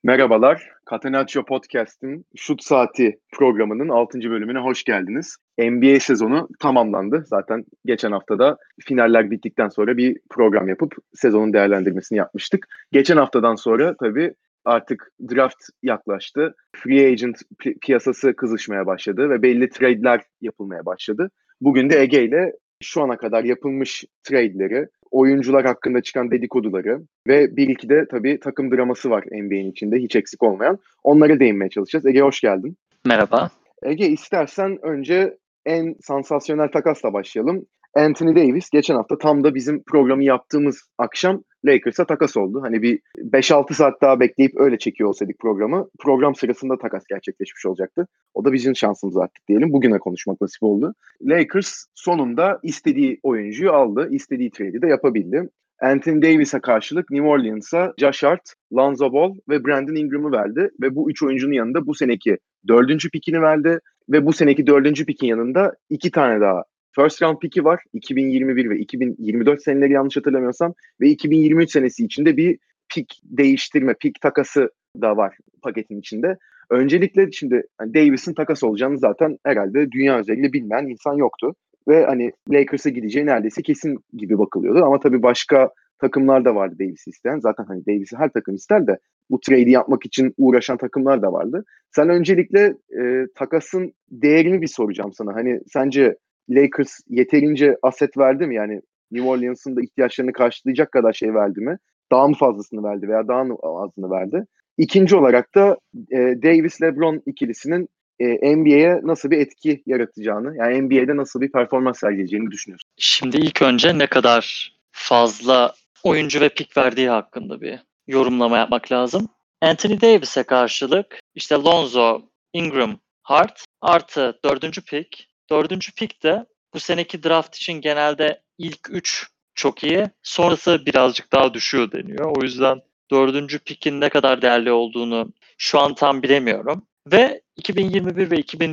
Merhabalar, Catenaccio Podcast'in Şut Saati programının 6. bölümüne hoş geldiniz. NBA sezonu tamamlandı. Zaten geçen haftada finaller bittikten sonra bir program yapıp sezonun değerlendirmesini yapmıştık. Geçen haftadan sonra tabii artık draft yaklaştı. Free agent piyasası kızışmaya başladı ve belli trade'ler yapılmaya başladı. Bugün de Ege ile şu ana kadar yapılmış trade'leri, oyuncular hakkında çıkan dedikoduları ve bir iki de tabii takım draması var NBA'nin içinde hiç eksik olmayan. Onlara değinmeye çalışacağız. Ege hoş geldin. Merhaba. Ege istersen önce en sansasyonel takasla başlayalım. Anthony Davis geçen hafta tam da bizim programı yaptığımız akşam Lakers'a takas oldu. Hani bir 5-6 saat daha bekleyip öyle çekiyor olsaydık programı. Program sırasında takas gerçekleşmiş olacaktı. O da bizim şansımız artık diyelim. Bugüne konuşmak nasip oldu. Lakers sonunda istediği oyuncuyu aldı. İstediği trade'i de yapabildi. Anthony Davis'e karşılık New Orleans'a Josh Hart, Lonzo Ball ve Brandon Ingram'ı verdi. Ve bu üç oyuncunun yanında bu seneki 4. pikini verdi. Ve bu seneki 4. pikin yanında 2 tane daha first round piki var. 2021 ve 2024 seneleri yanlış hatırlamıyorsam. Ve 2023 senesi içinde bir pik değiştirme, pik takası da var paketin içinde. Öncelikle şimdi Davis'in takas olacağını zaten herhalde dünya üzerinde bilmeyen insan yoktu. Ve hani Lakers'a gideceği neredeyse kesin gibi bakılıyordu. Ama tabii başka takımlar da vardı Davis'i isteyen. Zaten hani Davis'i her takım ister de bu trade'i yapmak için uğraşan takımlar da vardı. Sen öncelikle takasın değerini bir soracağım sana. Hani sence Lakers yeterince aset verdi mi? Yani New Orleans'ın da ihtiyaçlarını karşılayacak kadar şey verdi mi? Daha mı fazlasını verdi veya daha mı azını verdi? İkinci olarak da Davis-LeBron ikilisinin NBA'ye nasıl bir etki yaratacağını, yani NBA'de nasıl bir performans sergileyeceğini düşünüyorsun? Şimdi ilk önce ne kadar fazla oyuncu ve pik verdiği hakkında bir yorumlama yapmak lazım. Anthony Davis'e karşılık işte Lonzo, Ingram, Hart artı 4. pik. 4. pik de bu seneki draft için genelde ilk 3 çok iyi. Sonrası birazcık daha düşüyor deniyor. O yüzden 4. pikin ne kadar değerli olduğunu şu an tam bilemiyorum. Ve 2021 ve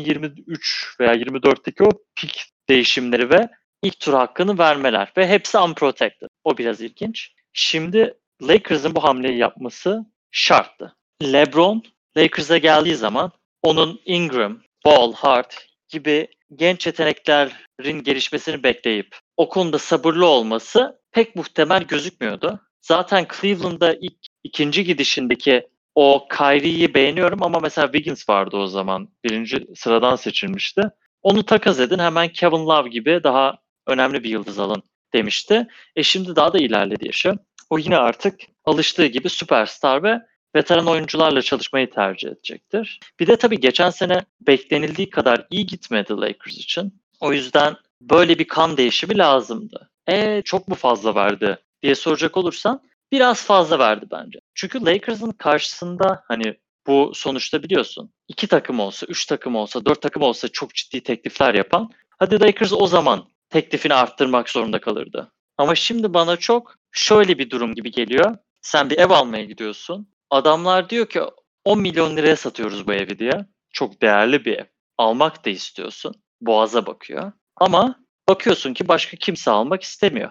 2023 veya 24'teki o pik değişimleri ve ilk tur hakkını vermeler ve hepsi unprotected. O biraz ilginç. Şimdi Lakers'ın bu hamleyi yapması şarttı. LeBron Lakers'a geldiği zaman onun Ingram, Ball, Hart gibi genç yeteneklerin gelişmesini bekleyip o konuda sabırlı olması pek muhtemel gözükmüyordu. Zaten Cleveland'da ikinci gidişindeki o Kyrie'yi beğeniyorum ama mesela Wiggins vardı o zaman. 1. sıradan seçilmişti. Onu takas edin, hemen Kevin Love gibi daha önemli bir yıldız alın demişti. Şimdi daha da ilerledi yaşı. O yine artık alıştığı gibi süperstar ve veteran oyuncularla çalışmayı tercih edecektir. Bir de tabii geçen sene beklenildiği kadar iyi gitmedi Lakers için. O yüzden böyle bir kan değişimi lazımdı. Çok mu fazla verdi diye soracak olursan biraz fazla verdi bence. Çünkü Lakers'ın karşısında hani bu sonuçta biliyorsun 2 takım olsa, 3 takım olsa, 4 takım olsa çok ciddi teklifler yapan, hadi Lakers o zaman teklifini arttırmak zorunda kalırdı. Ama şimdi bana çok şöyle bir durum gibi geliyor. Sen bir ev almaya gidiyorsun. Adamlar diyor ki 10 milyon liraya satıyoruz bu evi diye. Çok değerli bir ev. Almak da istiyorsun. Boğaza bakıyor. Ama bakıyorsun ki başka kimse almak istemiyor.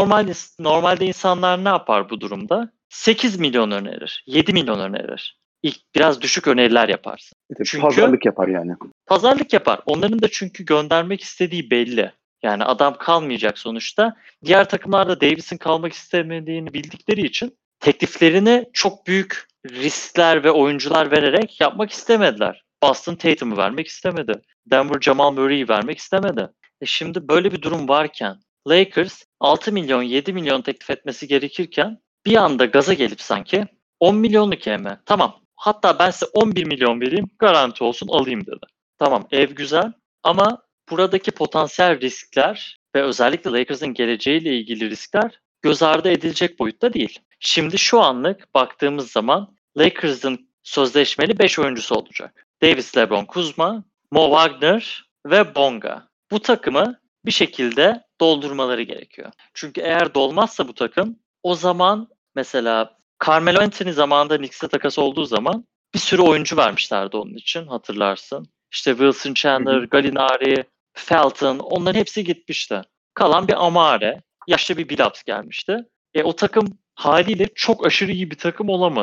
Normalde insanlar ne yapar bu durumda? 8 milyon önerir, 7 milyon önerir. İlk biraz düşük öneriler yaparsın. Çünkü pazarlık yapar yani. Pazarlık yapar. Onların da çünkü göndermek istediği belli. Yani adam kalmayacak sonuçta. Diğer takımlar da Davis'in kalmak istemediğini bildikleri için tekliflerini çok büyük riskler ve oyuncular vererek yapmak istemediler. Boston Tatum'u vermek istemedi. Denver Jamal Murray'i vermek istemedi. Şimdi böyle bir durum varken Lakers 6 milyon 7 milyon teklif etmesi gerekirken bir anda gaza gelip sanki 10 milyonluk ev mi? Tamam. Hatta ben size 11 milyon vereyim, garanti olsun alayım dedi. Tamam, ev güzel ama buradaki potansiyel riskler ve özellikle Lakers'ın geleceğiyle ilgili riskler göz ardı edilecek boyutta değil. Şimdi şu anlık baktığımız zaman Lakers'ın sözleşmeli 5 oyuncusu olacak. Davis, LeBron, Kuzma, Mo Wagner ve Bonga. Bu takımı bir şekilde doldurmaları gerekiyor. Çünkü eğer dolmazsa bu takım, o zaman mesela Carmelo Anthony zamanında Knicks'e takas olduğu zaman bir sürü oyuncu vermişlerdi onun için, hatırlarsın. İşte Wilson Chandler, Gallinari, Felton, onların hepsi gitmişti. Kalan bir Amare, yaşlı bir Billups gelmişti. O takım haliyle çok aşırı iyi bir takım olamadı.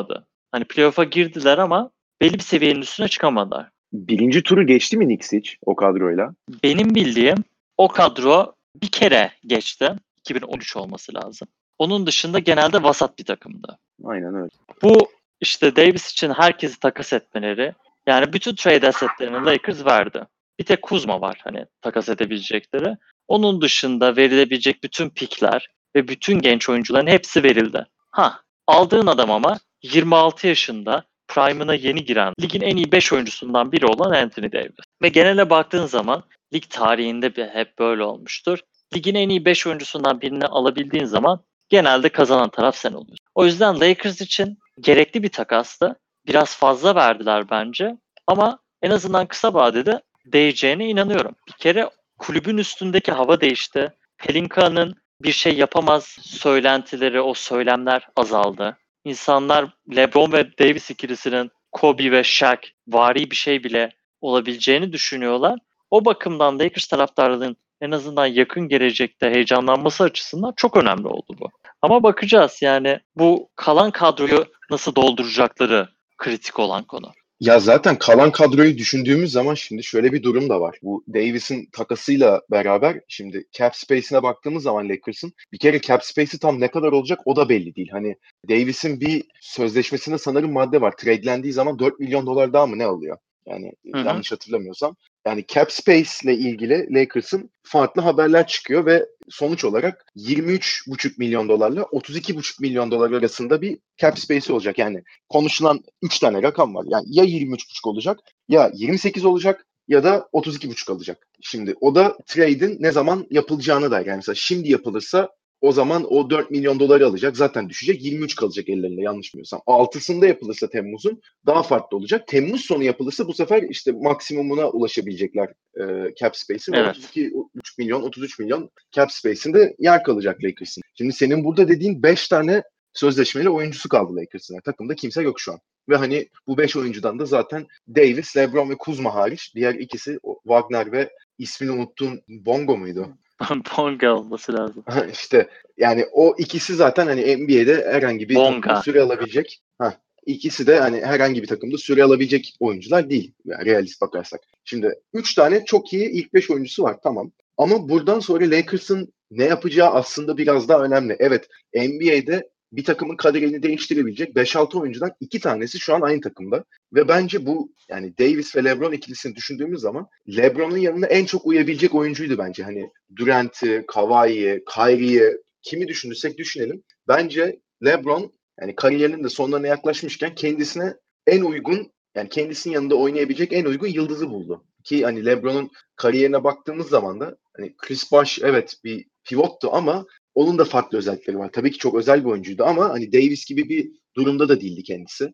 Hani playoff'a girdiler ama belli bir seviyenin üstüne çıkamadılar. Birinci turu geçti mi Knicks hiç o kadroyla? Benim bildiğim o kadro bir kere geçti. 2013 olması lazım. Onun dışında genelde vasat bir takımdı. Aynen öyle. Bu işte Davis için herkesi takas etmeleri, yani bütün trade assetlerini Lakers verdi. Bir tek Kuzma var hani takas edebilecekleri. Onun dışında verilebilecek bütün pickler ve bütün genç oyuncuların hepsi verildi. Aldığın adam ama 26 yaşında prime'ına yeni giren ligin en iyi 5 oyuncusundan biri olan Anthony Davis. Ve genele baktığın zaman lig tarihinde hep böyle olmuştur. Ligin en iyi 5 oyuncusundan birini alabildiğin zaman genelde kazanan taraf sen oluyorsun. O yüzden Lakers için gerekli bir takastı. Biraz fazla verdiler bence ama en azından kısa vadede değeceğine inanıyorum. Bir kere kulübün üstündeki hava değişti. Pelinka'nın bir şey yapamaz söylentileri, o söylemler azaldı. İnsanlar LeBron ve Davis ikilisinin Kobe ve Shaq vari bir şey bile olabileceğini düşünüyorlar. O bakımdan Lakers taraftarlarının en azından yakın gelecekte heyecanlanması açısından çok önemli oldu bu. Ama bakacağız yani bu kalan kadroyu nasıl dolduracakları kritik olan konu. Ya zaten kalan kadroyu düşündüğümüz zaman şimdi şöyle bir durum da var. Bu Davis'in takasıyla beraber şimdi cap space'ine baktığımız zaman Lakers'ın bir kere cap space'i tam ne kadar olacak o da belli değil. Hani Davis'in bir sözleşmesinde sanırım madde var. Trade'lendiği zaman 4 milyon dolar daha mı ne alıyor? Yani yanlış hatırlamıyorsam. Yani cap space ile ilgili Lakers'ın farklı haberler çıkıyor ve sonuç olarak 23,5 milyon dolarla 32,5 milyon dolar arasında bir cap space olacak. Yani konuşulan 3 tane rakam var. Yani ya 23,5 olacak ya 28 olacak ya da 32,5 alacak. Şimdi o da trade'in ne zaman yapılacağına dair. Yani mesela şimdi yapılırsa o zaman o 4 milyon doları alacak. Zaten düşecek. 23 kalacak ellerinde yanlış bilmiyorsam. 6'sında yapılırsa Temmuz'un daha farklı olacak. Temmuz sonu yapılırsa bu sefer işte maksimumuna ulaşabilecekler cap space'in. Evet. 32,5 milyon, 33 milyon cap space'inde yer kalacak Lakers'ın. Şimdi senin burada dediğin 5 tane sözleşmeli oyuncusu kaldı Lakers'ın. Yani takımda kimse yok şu an. Ve hani bu 5 oyuncudan da zaten Davis, LeBron ve Kuzma hariç diğer ikisi Wagner ve ismini unuttuğum Bongo muydu? Bonga olması lazım. İşte yani o ikisi zaten hani NBA'de herhangi bir takımda süre alabilecek. İkisi de hani herhangi bir takımda süre alabilecek oyuncular değil. Yani realist bakarsak. Şimdi 3 tane çok iyi ilk 5 oyuncusu var tamam. Ama buradan sonra Lakers'ın ne yapacağı aslında biraz daha önemli. Evet NBA'de bir takımın kaderini değiştirebilecek 5-6 oyuncudan 2 tanesi şu an aynı takımda. Ve bence bu yani Davis ve LeBron ikilisini düşündüğümüz zaman LeBron'un yanına en çok uyabilecek oyuncuydu bence. Hani Durant'i, Kawhi'yi, Kyrie'yi kimi düşünürsek düşünelim. Bence LeBron yani kariyerinin de sonlarına yaklaşmışken kendisine en uygun yani kendisinin yanında oynayabilecek en uygun yıldızı buldu. Ki hani LeBron'un kariyerine baktığımız zaman da hani Chris Bosh evet bir pivottu ama onun da farklı özellikleri var. Tabii ki çok özel bir oyuncuydu ama hani Davis gibi bir durumda da değildi kendisi.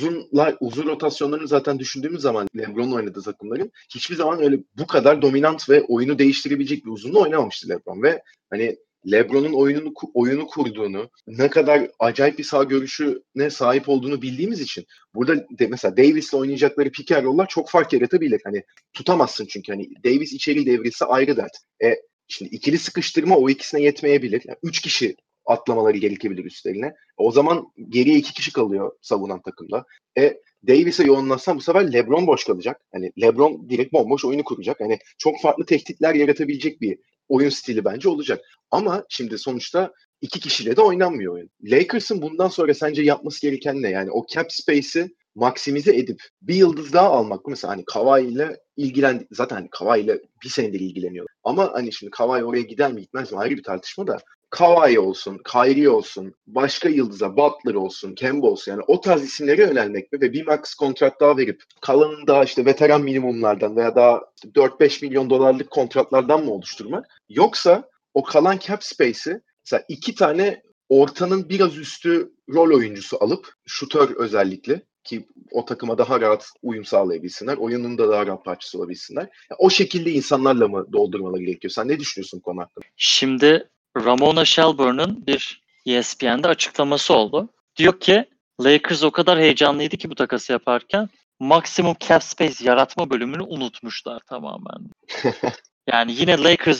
Uzun rotasyonlarını zaten düşündüğümüz zaman LeBron'un oynadığı takımların hiçbir zaman öyle bu kadar dominant ve oyunu değiştirebilecek bir uzunluğu oynamamıştı LeBron ve hani LeBron'un oyunu kurduğunu, ne kadar acayip bir sağ görüşüne sahip olduğunu bildiğimiz için burada mesela Davis'le oynayacakları pick and roll'lar çok fark yaratabilir. Hani tutamazsın çünkü hani Davis içeri devrilse ayrı dert. Şimdi ikili sıkıştırma o ikisine yetmeyebilir. Yani 3 kişi atlamaları gerekebilir üstlerine. O zaman geriye 2 kişi kalıyor savunan takımda. Davis'e yoğunlaşsan bu sefer LeBron boş kalacak. Hani LeBron direkt bomboş oyunu kuracak. Hani çok farklı tehditler yaratabilecek bir oyun stili bence olacak. Ama şimdi sonuçta 2 kişiyle de oynanmıyor oyun. Lakers'ın bundan sonra sence yapması gereken ne? Yani o cap space'i maksimize edip bir yıldız daha almak. Mesela hani Kawhi ile zaten hani Kawhi ile bir senedir ilgileniyor. Ama hani şimdi Kawhi oraya gider mi gitmez mi ayrı bir tartışma da Kawhi olsun, Kyrie olsun, başka yıldıza Butler olsun, Kemba olsun yani o tarz isimlere yönelmek ve bir max kontrat daha verip kalanını daha işte veteran minimumlardan veya daha 4-5 milyon dolarlık kontratlardan mı oluşturmak? Yoksa o kalan cap space'i mesela 2 tane ortanın biraz üstü rol oyuncusu alıp şutör özellikle ki o takıma daha rahat uyum sağlayabilsinler. Oyunun da daha rahat parçası olabilsinler. Yani o şekilde insanlarla mı doldurmaları gerekiyor? Sen ne düşünüyorsun konu hakkında? Şimdi Ramona Shelburne'un bir ESPN'de açıklaması oldu. Diyor ki Lakers o kadar heyecanlıydı ki bu takası yaparken maksimum cap space yaratma bölümünü unutmuşlar tamamen. Yani yine Lakers'ın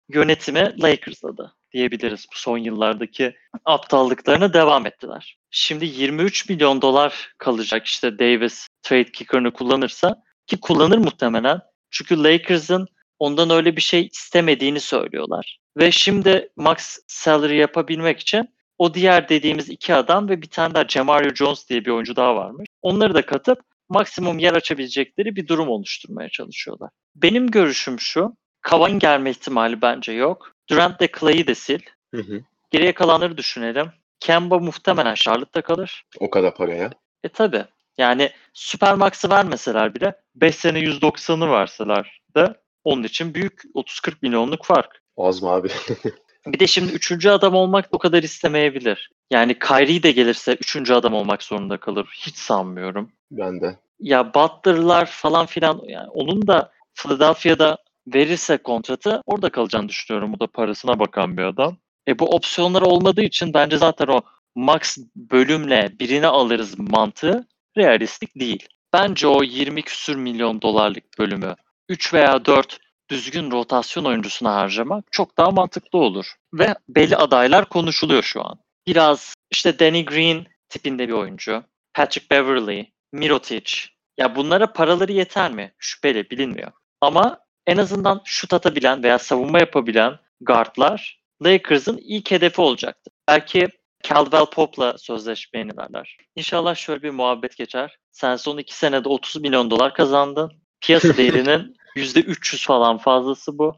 yönetimi Lakers'ladı diyebiliriz. Bu son yıllardaki aptallıklarına devam ettiler. Şimdi 23 milyon dolar kalacak işte Davis trade kicker'ını kullanırsa, ki kullanır muhtemelen. Çünkü Lakers'ın ondan öyle bir şey istemediğini söylüyorlar. Ve şimdi max salary yapabilmek için o diğer dediğimiz iki adam ve bir tane daha Jamario Jones diye bir oyuncu daha varmış. Onları da katıp maksimum yer açabilecekleri bir durum oluşturmaya çalışıyorlar. Benim görüşüm şu. Kawhi'nin gelme ihtimali bence yok. Durant de Clay'i de sil. Geriye kalanları düşünelim. Kemba muhtemelen Charlotte'da kalır. O kadar paraya. Tabii. Yani Supermax'ı vermeseler bile 5 sene 190'ı verseler de onun için büyük 30-40 milyonluk fark. Az mı abi? Bir de şimdi 3. adam olmak o kadar istemeyebilir. Yani Kyrie de gelirse 3. adam olmak zorunda kalır. Hiç sanmıyorum. Ben de. Ya Butler'lar falan filan, yani onun da Philadelphia'da verirse kontratı orada kalacağını düşünüyorum. O da parasına bakan bir adam. Bu opsiyonlar olmadığı için bence zaten o max bölümle birini alırız mantığı realistik değil. Bence o 20 küsür milyon dolarlık bölümü 3 veya 4 düzgün rotasyon oyuncusuna harcamak çok daha mantıklı olur. Ve belli adaylar konuşuluyor şu an. Biraz işte Danny Green tipinde bir oyuncu, Patrick Beverley, Mirotic. Ya bunlara paraları yeter mi? Şüpheli, bilinmiyor. Ama en azından şut atabilen veya savunma yapabilen guardlar Lakers'ın ilk hedefi olacaktı. Belki Caldwell Pope'la sözleşme yenilerler. İnşallah şöyle bir muhabbet geçer. Sen son 2 senede 30 milyon dolar kazandın. Piyasa değerinin %300 falan fazlası bu.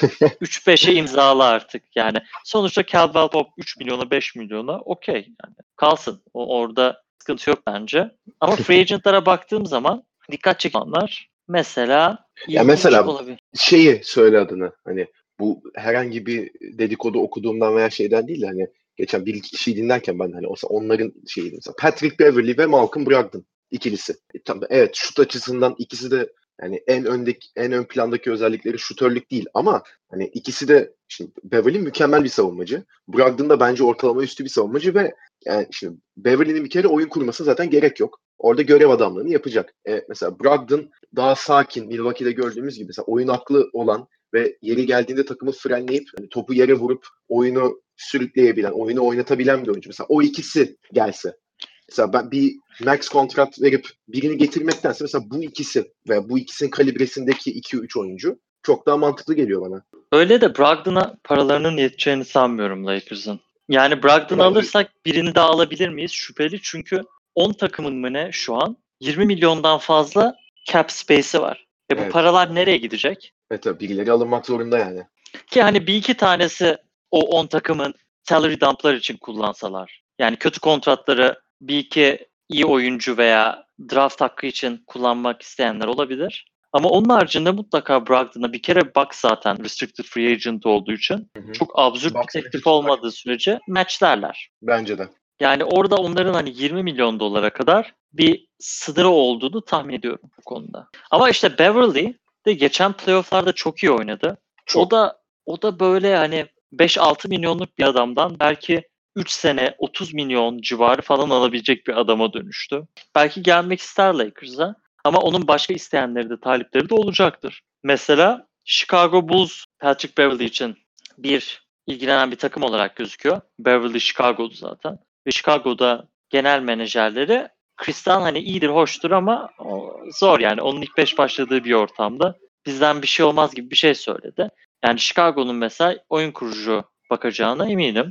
3-5'e imzala artık yani. Sonuçta Caldwell Pope 3 milyona 5 milyona okey yani. Kalsın. Orada sıkıntı yok bence. Ama free agent'lara baktığım zaman dikkat çekenler mesela olabilir. Şeyi söyle adını. Hani bu herhangi bir dedikodu okuduğumdan veya şeyden değil de hani geçen bir iki kişiyi dinlerken ben hani onların şeyiydi mesela Patrick Beverley ve Malcolm Brogdon ikilisi. Evet, şut açısından ikisi de yani en ön plandaki özellikleri şutörlük değil ama hani ikisi de şimdi Beverley mükemmel bir savunmacı. Brogdon da bence ortalama üstü bir savunmacı ve yani şimdi Beverley'nin bir kere oyun kurmasına zaten gerek yok. Orada görev adamlığını yapacak. Mesela Brogdon daha sakin, Milwaukee'de gördüğümüz gibi mesela oyun aklı olan ve yeri geldiğinde takımı frenleyip hani topu yere vurup oyunu sürükleyebilen, oyunu oynatabilen bir oyuncu. Mesela o ikisi gelse. Mesela ben bir max kontrat verip birini getirmektense mesela bu ikisi veya bu ikisinin kalibresindeki 2-3 oyuncu çok daha mantıklı geliyor bana. Öyle de Brogdon'a paralarının yeteceğini sanmıyorum Lakers'ın. Yani Brogdon'u alırsak birini daha alabilir miyiz? Şüpheli, çünkü 10 takımın mı ne şu an 20 milyondan fazla cap space'i var. Bu paralar nereye gidecek? Tabii birileri alınmak zorunda yani. Ki hani bir iki tanesi o 10 takımın salary dump'lar için kullansalar. Yani kötü kontratları bir iki iyi oyuncu veya draft hakkı için kullanmak isteyenler olabilir. Ama onun haricinde mutlaka Brogdon'a bir kere bak, zaten restricted free agent olduğu için çok absürt bir teklif olmadığı sürece matchlerler. Bence de. Yani orada onların hani 20 milyon dolara kadar bir sınırı olduğunu tahmin ediyorum bu konuda. Ama işte Beverley de geçen playoff'larda çok iyi oynadı. Çok. O da böyle hani 5-6 milyonluk bir adamdan belki 3 sene 30 milyon civarı falan alabilecek bir adama dönüştü. Belki gelmek ister Lakers'a ama onun başka isteyenleri de, talipleri de olacaktır. Mesela Chicago Bulls Patrick Beverley için bir ilgilenen bir takım olarak gözüküyor. Beverley Chicago'du zaten. Ve Chicago'da genel menajerleri Chris'ten hani iyidir, hoştur ama zor yani. Onun ilk 5 başladığı bir ortamda bizden bir şey olmaz gibi bir şey söyledi. Yani Chicago'nun mesela oyun kurucu bakacağına eminim.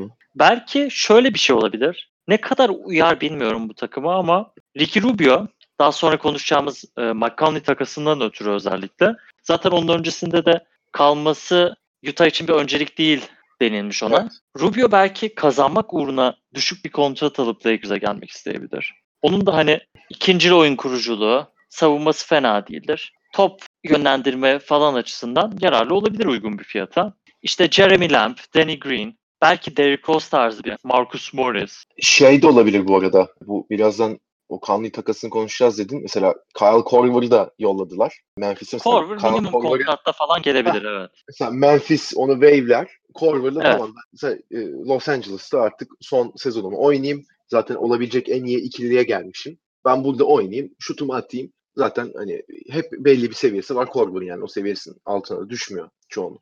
Belki şöyle bir şey olabilir. Ne kadar uyar bilmiyorum bu takıma ama Ricky Rubio, daha sonra konuşacağımız McConnelly takasından ötürü özellikle. Zaten onun öncesinde de kalması Utah için bir öncelik değil denilmiş ona. Evet. Rubio belki kazanmak uğruna düşük bir kontrat alıp Lakers'a gelmek isteyebilir. Onun da hani ikincil oyun kuruculuğu, savunması fena değildir. Top yönlendirme falan açısından yararlı olabilir uygun bir fiyata. İşte Jeremy Lamb, Danny Green, belki Derrick Rose tarzı bir Marcus Morris. Şey de olabilir bu arada. Bu birazdan o Conley takasını konuşacağız dedin. Mesela Kyle Korver'ı da yolladılar. Memphis'in Korver minimum kontratta falan gelebilir, evet. Mesela Memphis onu wave'ler. Korver'la tamam. Mesela Los Angeles'ta artık son sezonumu oynayayım. Zaten olabilecek en iyi ikiliye gelmişim. Ben burada oynayayım. Şutumu atayım. Zaten hani hep belli bir seviyesi var Korver'ın, yani o seviyesinin altına düşmüyor çoğunlukla.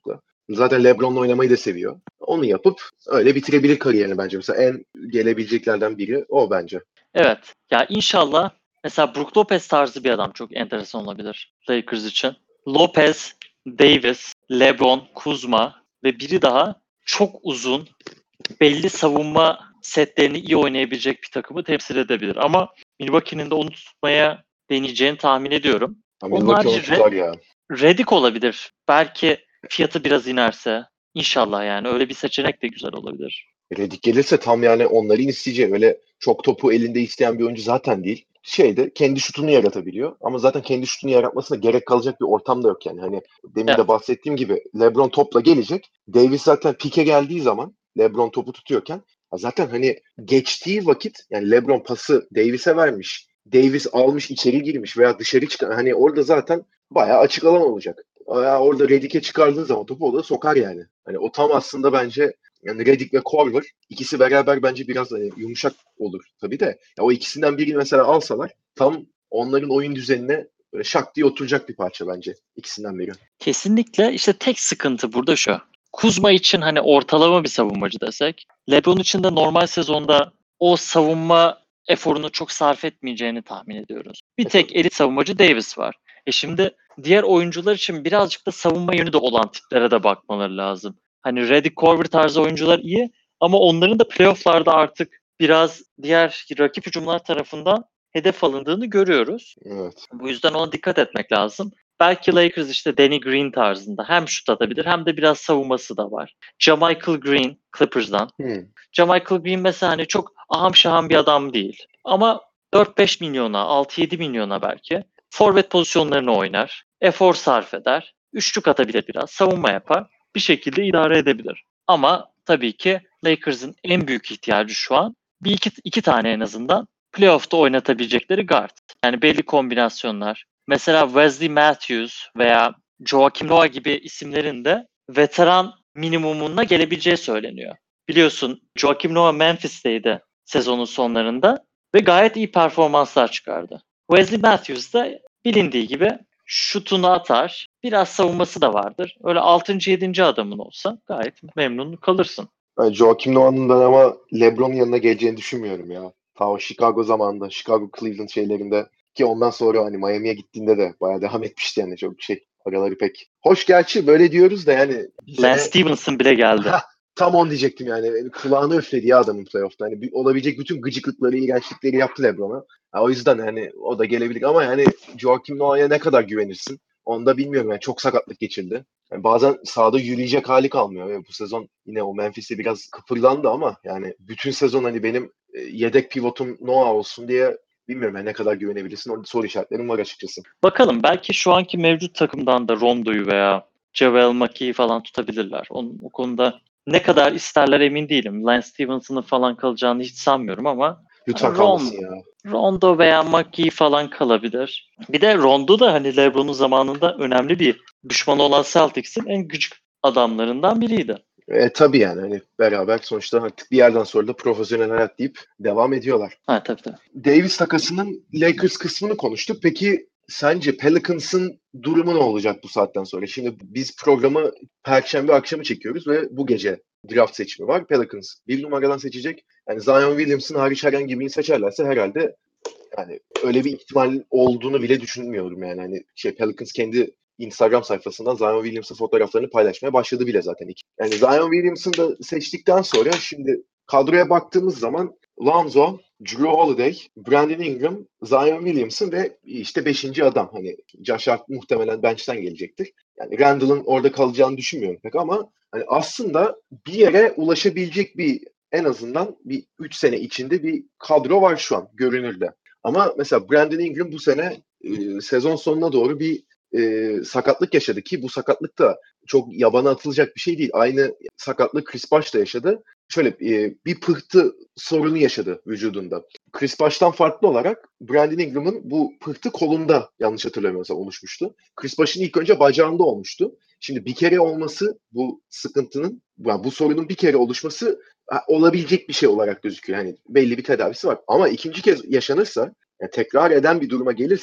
Zaten LeBron'la oynamayı da seviyor. Onu yapıp öyle bitirebilir kariyerini bence. Mesela en gelebileceklerden biri o bence. Evet. Ya inşallah mesela Brook Lopez tarzı bir adam çok enteresan olabilir Lakers için. Lopez, Davis, LeBron, Kuzma ve biri daha çok uzun, belli savunma setlerini iyi oynayabilecek bir takımı temsil edebilir. Ama Milwaukee'nin de onu tutmaya deneyeceğini tahmin ediyorum. Onun Milwaukee onu harici tutar ya. Redick olabilir. Belki fiyatı biraz inerse. İnşallah yani. Öyle bir seçenek de güzel olabilir. Redick gelirse tam yani onları isteyeceği, öyle çok topu elinde isteyen bir oyuncu zaten değil. Kendi şutunu yaratabiliyor. Ama zaten kendi şutunu yaratmasına gerek kalacak bir ortam da yok yani. Hani demin de bahsettiğim gibi LeBron topla gelecek. Davis zaten pike geldiği zaman LeBron topu tutuyorken zaten hani geçtiği vakit yani LeBron pası Davis'e vermiş. Davis almış içeri girmiş veya dışarı çıkan, hani orada zaten bayağı açık alan olacak. Orada Redick'e çıkardığın zaman topu orada sokar yani. Hani o tam aslında bence yani Redick ve Korver ikisi beraber bence biraz yumuşak olur tabii de. Ya o ikisinden birini mesela alsalar tam onların oyun düzenine böyle şak diye oturacak bir parça bence ikisinden biri. Kesinlikle. İşte tek sıkıntı burada şu. Kuzma için hani ortalama bir savunmacı desek, LeBron için de normal sezonda o savunma eforunu çok sarf etmeyeceğini tahmin ediyoruz. Bir tek elit savunmacı Davis var. Şimdi diğer oyuncular için birazcık da savunma yönü de olan tiplere de bakmaları lazım. Hani Redick, Korver tarzı oyuncular iyi ama onların da playofflarda artık biraz diğer rakip hücumlar tarafından hedef alındığını görüyoruz. Evet. Bu yüzden ona dikkat etmek lazım. Belki Lakers işte Danny Green tarzında hem şut atabilir hem de biraz savunması da var. JaMychal Green Clippers'dan. JaMychal Green mesela hani çok aham şaham bir adam değil. Ama 4-5 milyona, 6-7 milyona belki forvet pozisyonlarını oynar. Efor sarf eder. Üçlük atabilir biraz. Savunma yapar. Bir şekilde idare edebilir. Ama tabii ki Lakers'ın en büyük ihtiyacı şu an iki tane en azından playoff'ta oynatabilecekleri guard. Yani belli kombinasyonlar. Mesela Wesley Matthews veya Joakim Noah gibi isimlerin de veteran minimumuna gelebileceği söyleniyor. Biliyorsun Joakim Noah Memphis'teydi sezonun sonlarında ve gayet iyi performanslar çıkardı. Wesley Matthews da bilindiği gibi şutunu atar, biraz savunması da vardır. Öyle 6. 7. adamın olsa gayet memnun kalırsın. Yani Joakim Noah'nın da ama LeBron'un yanına geleceğini düşünmüyorum ya. Ta o Chicago zamanında, Chicago Cleveland şeylerinde ki ondan sonra hani Miami'ye gittiğinde de bayağı devam etmişti yani çok paraları pek. Hoş gerçi böyle diyoruz da yani. Lance Stevenson bile geldi. Tam onu diyecektim yani. Kulağını üfledi ya adamın playoff'ta. Hani olabilecek bütün gıcıklıkları, iğrençlikleri yaptı LeBron'a. O yüzden hani o da gelebilir ama yani Joakim Noah'ya ne kadar güvenirsin? Onu da bilmiyorum yani. Çok sakatlık geçirdi. Yani bazen sahada yürüyecek hali kalmıyor. Bu sezon yine o Memphis'te biraz kıpırdandı ama yani bütün sezon hani benim yedek pivotum Noah olsun diye bilmiyorum yani ne kadar güvenebilirsin. Orada soru işaretlerim var açıkçası. Bakalım belki şu anki mevcut takımdan da Rondo'yu veya JaVale McGee'yi falan tutabilirler. O konuda ne kadar isterler emin değilim. Lance Stevenson'ın falan kalacağını hiç sanmıyorum ama lütfen kalmasın ya. Rondo veya McGee falan kalabilir. Bir de Rondo da hani LeBron'un zamanında önemli bir düşmanı olan Celtics'in en gıcık adamlarından biriydi. Tabii yani hani beraber sonuçta artık bir yerden sonra da profesyonel hayat deyip devam ediyorlar. Ha tabii. Davis takasının Lakers kısmını konuştuk. Peki sence Pelicans'ın durumu ne olacak bu saatten sonra? Şimdi biz programı Perşembe akşamı çekiyoruz ve bu gece draft seçimi var. Pelicans bir numaradan seçecek. Yani Zion Williamson hariç herhangi birini seçerlerse herhalde yani öyle bir ihtimal olduğunu bile düşünmüyorum yani. Hani Pelicans kendi Instagram sayfasından Zion Williamson fotoğraflarını paylaşmaya başladı bile zaten. Yani Zion Williamson'ı da seçtikten sonra şimdi kadroya baktığımız zaman Lonzo, Jrue Holiday, Brandon Ingram, Zion Williamson ve işte 5. adam. Hani Josh Hart muhtemelen bench'ten gelecektir. Yani Randall'ın orada kalacağını düşünmüyorum pek ama hani aslında bir yere ulaşabilecek bir en azından bir 3 sene içinde bir kadro var şu an görünürde. Ama mesela Brandon Ingram bu sene sezon sonuna doğru bir sakatlık yaşadı ki bu sakatlık da çok yabana atılacak bir şey değil. Aynı sakatlık Chris Bosh da yaşadı. Şöyle bir pıhtı sorunu yaşadı vücudunda. Chris Bosh'tan farklı olarak Brandon Ingram'ın bu pıhtı kolunda yanlış hatırlamıyorsam oluşmuştu. Chris Bosh'ın ilk önce bacağında olmuştu. Şimdi bir kere olması bu sıkıntının, bu sorunun bir kere oluşması olabilecek bir şey olarak gözüküyor. Yani belli bir tedavisi var. Ama ikinci kez yaşanırsa, yani tekrar eden bir duruma gelirse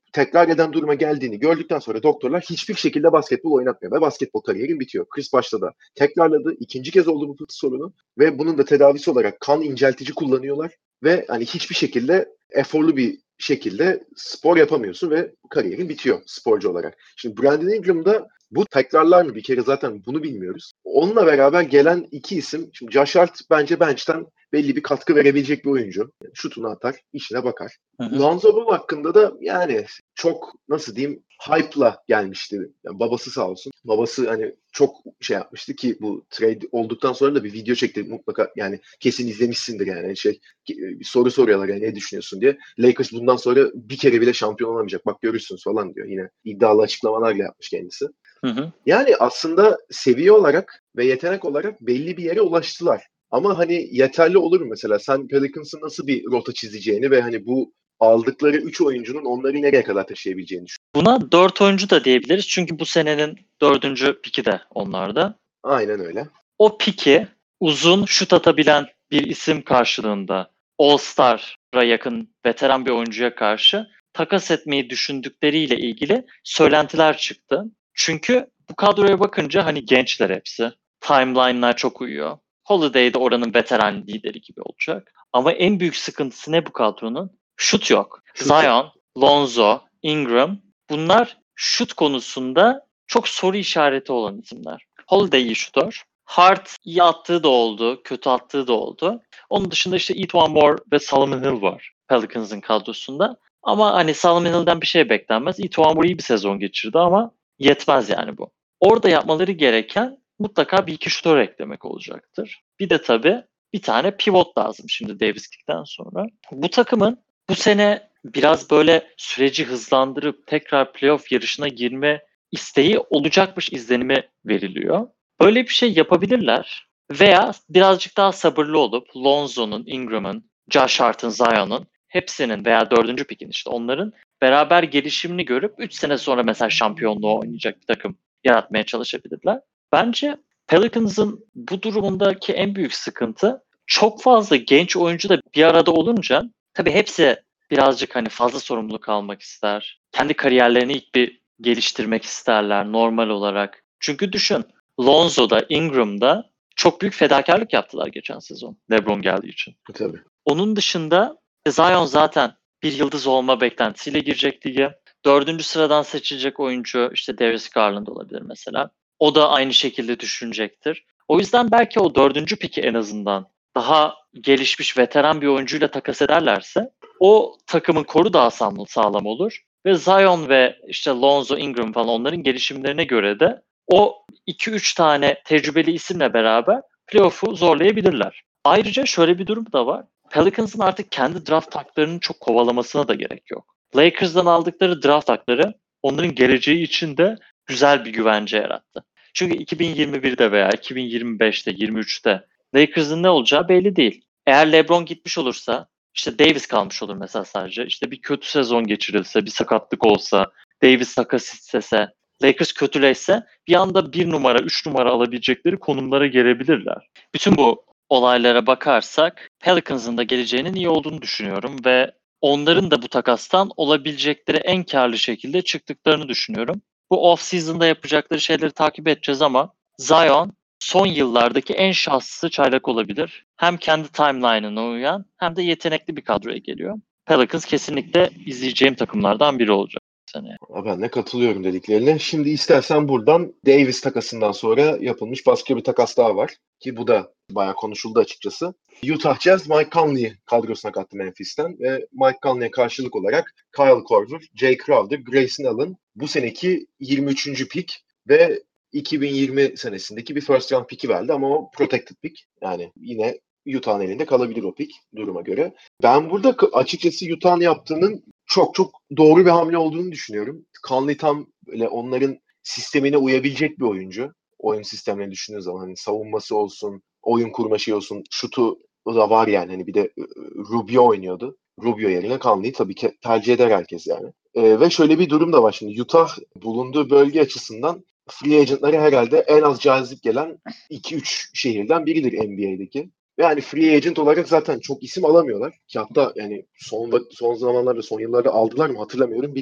tekrar eden duruma geldiğini gördükten sonra doktorlar hiçbir şekilde basketbol oynatmıyor ve basketbol kariyerin bitiyor. Chris Bosh'ta da tekrarladı. İkinci kez oldu bu fıtık sorunu ve bunun da tedavisi olarak kan inceltici kullanıyorlar ve hani hiçbir şekilde eforlu bir şekilde spor yapamıyorsun ve kariyerin bitiyor sporcu olarak. Şimdi Brandon Ingram'da bu tekrarlar mı? Bir kere zaten bunu bilmiyoruz. Onunla beraber gelen iki isim, şimdi Josh Hart bence bench'ten belli bir katkı verebilecek bir oyuncu. Yani şutunu atar, işine bakar. Lonzo Ball hakkında da yani çok nasıl diyeyim hype'la gelmişti. Yani babası sağ olsun. Babası hani çok şey yapmıştı ki bu trade olduktan sonra da bir video çekti mutlaka, yani kesin izlemişsindir yani bir soru soruyorlar yani ne düşünüyorsun diye. Lakers bundan sonra bir kere bile şampiyon olamayacak. Bak görürsünüz falan diyor. Yine iddialı açıklamalarla yapmış kendisi. Yani aslında seviye olarak ve yetenek olarak belli bir yere ulaştılar. Ama hani yeterli olur mu mesela? Sen Pelicans'ın nasıl bir rota çizeceğini ve hani bu aldıkları 3 oyuncunun onları nereye kadar taşıyabileceğini düşün. Buna 4 oyuncu da diyebiliriz. Çünkü bu senenin 4. piki de onlarda. Aynen öyle. O piki uzun şut atabilen bir isim karşılığında All-Star'a yakın veteran bir oyuncuya karşı takas etmeyi düşündükleriyle ilgili söylentiler çıktı. Çünkü bu kadroya bakınca hani gençler hepsi. Timeline'lar çok uyuyor. Holiday de oranın veteran lideri gibi olacak. Ama en büyük sıkıntısı ne bu kadronun? Şut yok. Zion, Lonzo, Ingram bunlar şut konusunda çok soru işareti olan isimler. Holiday iyi şutör. Hart iyi attığı da oldu, kötü attığı da oldu. Onun dışında işte Etuan Moore ve Solomon Hill var Pelicans'ın kadrosunda. Ama hani Solomon Hill'den bir şey beklenmez. Etuan Moore iyi bir sezon geçirdi ama yetmez yani bu. Orada yapmaları gereken mutlaka bir iki şutör eklemek olacaktır. Bir de tabii bir tane pivot lazım şimdi Davis gittikten sonra. Bu takımın bu sene biraz böyle süreci hızlandırıp tekrar playoff yarışına girme isteği olacakmış izlenimi veriliyor. Böyle bir şey yapabilirler veya birazcık daha sabırlı olup Lonzo'nun, Ingram'ın, Josh Hart'ın, Zion'un hepsinin veya 4. pikin işte onların beraber gelişimini görüp 3 sene sonra mesela şampiyonluğu oynayacak bir takım yaratmaya çalışabilirler. Bence Pelicans'ın bu durumundaki en büyük sıkıntı çok fazla genç oyuncu da bir arada olunca tabii hepsi birazcık hani fazla sorumluluk almak ister. Kendi kariyerlerini ilk bir geliştirmek isterler normal olarak. Çünkü düşün Lonzo'da, Ingram'da çok büyük fedakarlık yaptılar geçen sezon LeBron geldiği için. Tabii. Onun dışında Zion zaten bir yıldız olma beklentisiyle girecek lige. 4. sıradan seçilecek oyuncu işte Darius Garland olabilir mesela. O da aynı şekilde düşünecektir. O yüzden belki o 4. piki en azından daha gelişmiş veteran bir oyuncuyla takas ederlerse o takımın koru daha sağlam olur. Ve Zion ve işte Lonzo, Ingram falan onların gelişimlerine göre de o 2-3 tane tecrübeli isimle beraber playoff'u zorlayabilirler. Ayrıca şöyle bir durum da var. Pelicans'ın artık kendi draft haklarını çok kovalamasına da gerek yok. Lakers'dan aldıkları draft hakları onların geleceği için de güzel bir güvence yarattı. Çünkü 2021'de veya 2025'te, 23'te Lakers'ın ne olacağı belli değil. Eğer LeBron gitmiş olursa, işte Davis kalmış olur mesela sadece. İşte bir kötü sezon geçirilse, bir sakatlık olsa, Davis takas istese, Lakers kötüleşse bir anda 1 numara, 3 numara alabilecekleri konumlara gelebilirler. Bütün bu olaylara bakarsak Pelicans'ın da geleceğinin iyi olduğunu düşünüyorum ve onların da bu takastan olabilecekleri en karlı şekilde çıktıklarını düşünüyorum. Bu off-season'da yapacakları şeyleri takip edeceğiz ama Zion son yıllardaki en şanslı çaylak olabilir. Hem kendi timeline'ına uyan hem de yetenekli bir kadroya geliyor. Pelicans kesinlikle izleyeceğim takımlardan biri olacak seneye. Ben de katılıyorum dediklerine. Şimdi istersen buradan Davis takasından sonra yapılmış başka bir takas daha var. Ki bu da bayağı konuşuldu açıkçası. Utah Jazz Mike Conley'i kadrosuna kattı Memphis'ten ve Mike Conley'e karşılık olarak Kyle Korver, Jay Crowder, Grayson Allen bu seneki 23. pick ve 2020 senesindeki bir first round pick'i verdi ama o protected pick. Yani yine Utah'ın elinde kalabilir o pick duruma göre. Ben burada açıkçası Utah'ın yaptığının çok çok doğru bir hamle olduğunu düşünüyorum. Conley tam böyle onların sistemine uyabilecek bir oyuncu. Oyun sistemlerini düşündüğün zaman hani savunması olsun, oyun kurma şey olsun, şutu da var yani. Hani bir de Rubio oynuyordu. Rubio yerine Conley'i tabii ki tercih eder herkes yani. Ve şöyle bir durum da var şimdi. Utah bulunduğu bölge açısından free agent'ları herhalde en az cazip gelen 2-3 şehirden biridir NBA'deki. Ve hani free agent olarak zaten çok isim alamıyorlar. Ki hatta yani son zamanlarda, son yıllarda aldılar mı hatırlamıyorum bile.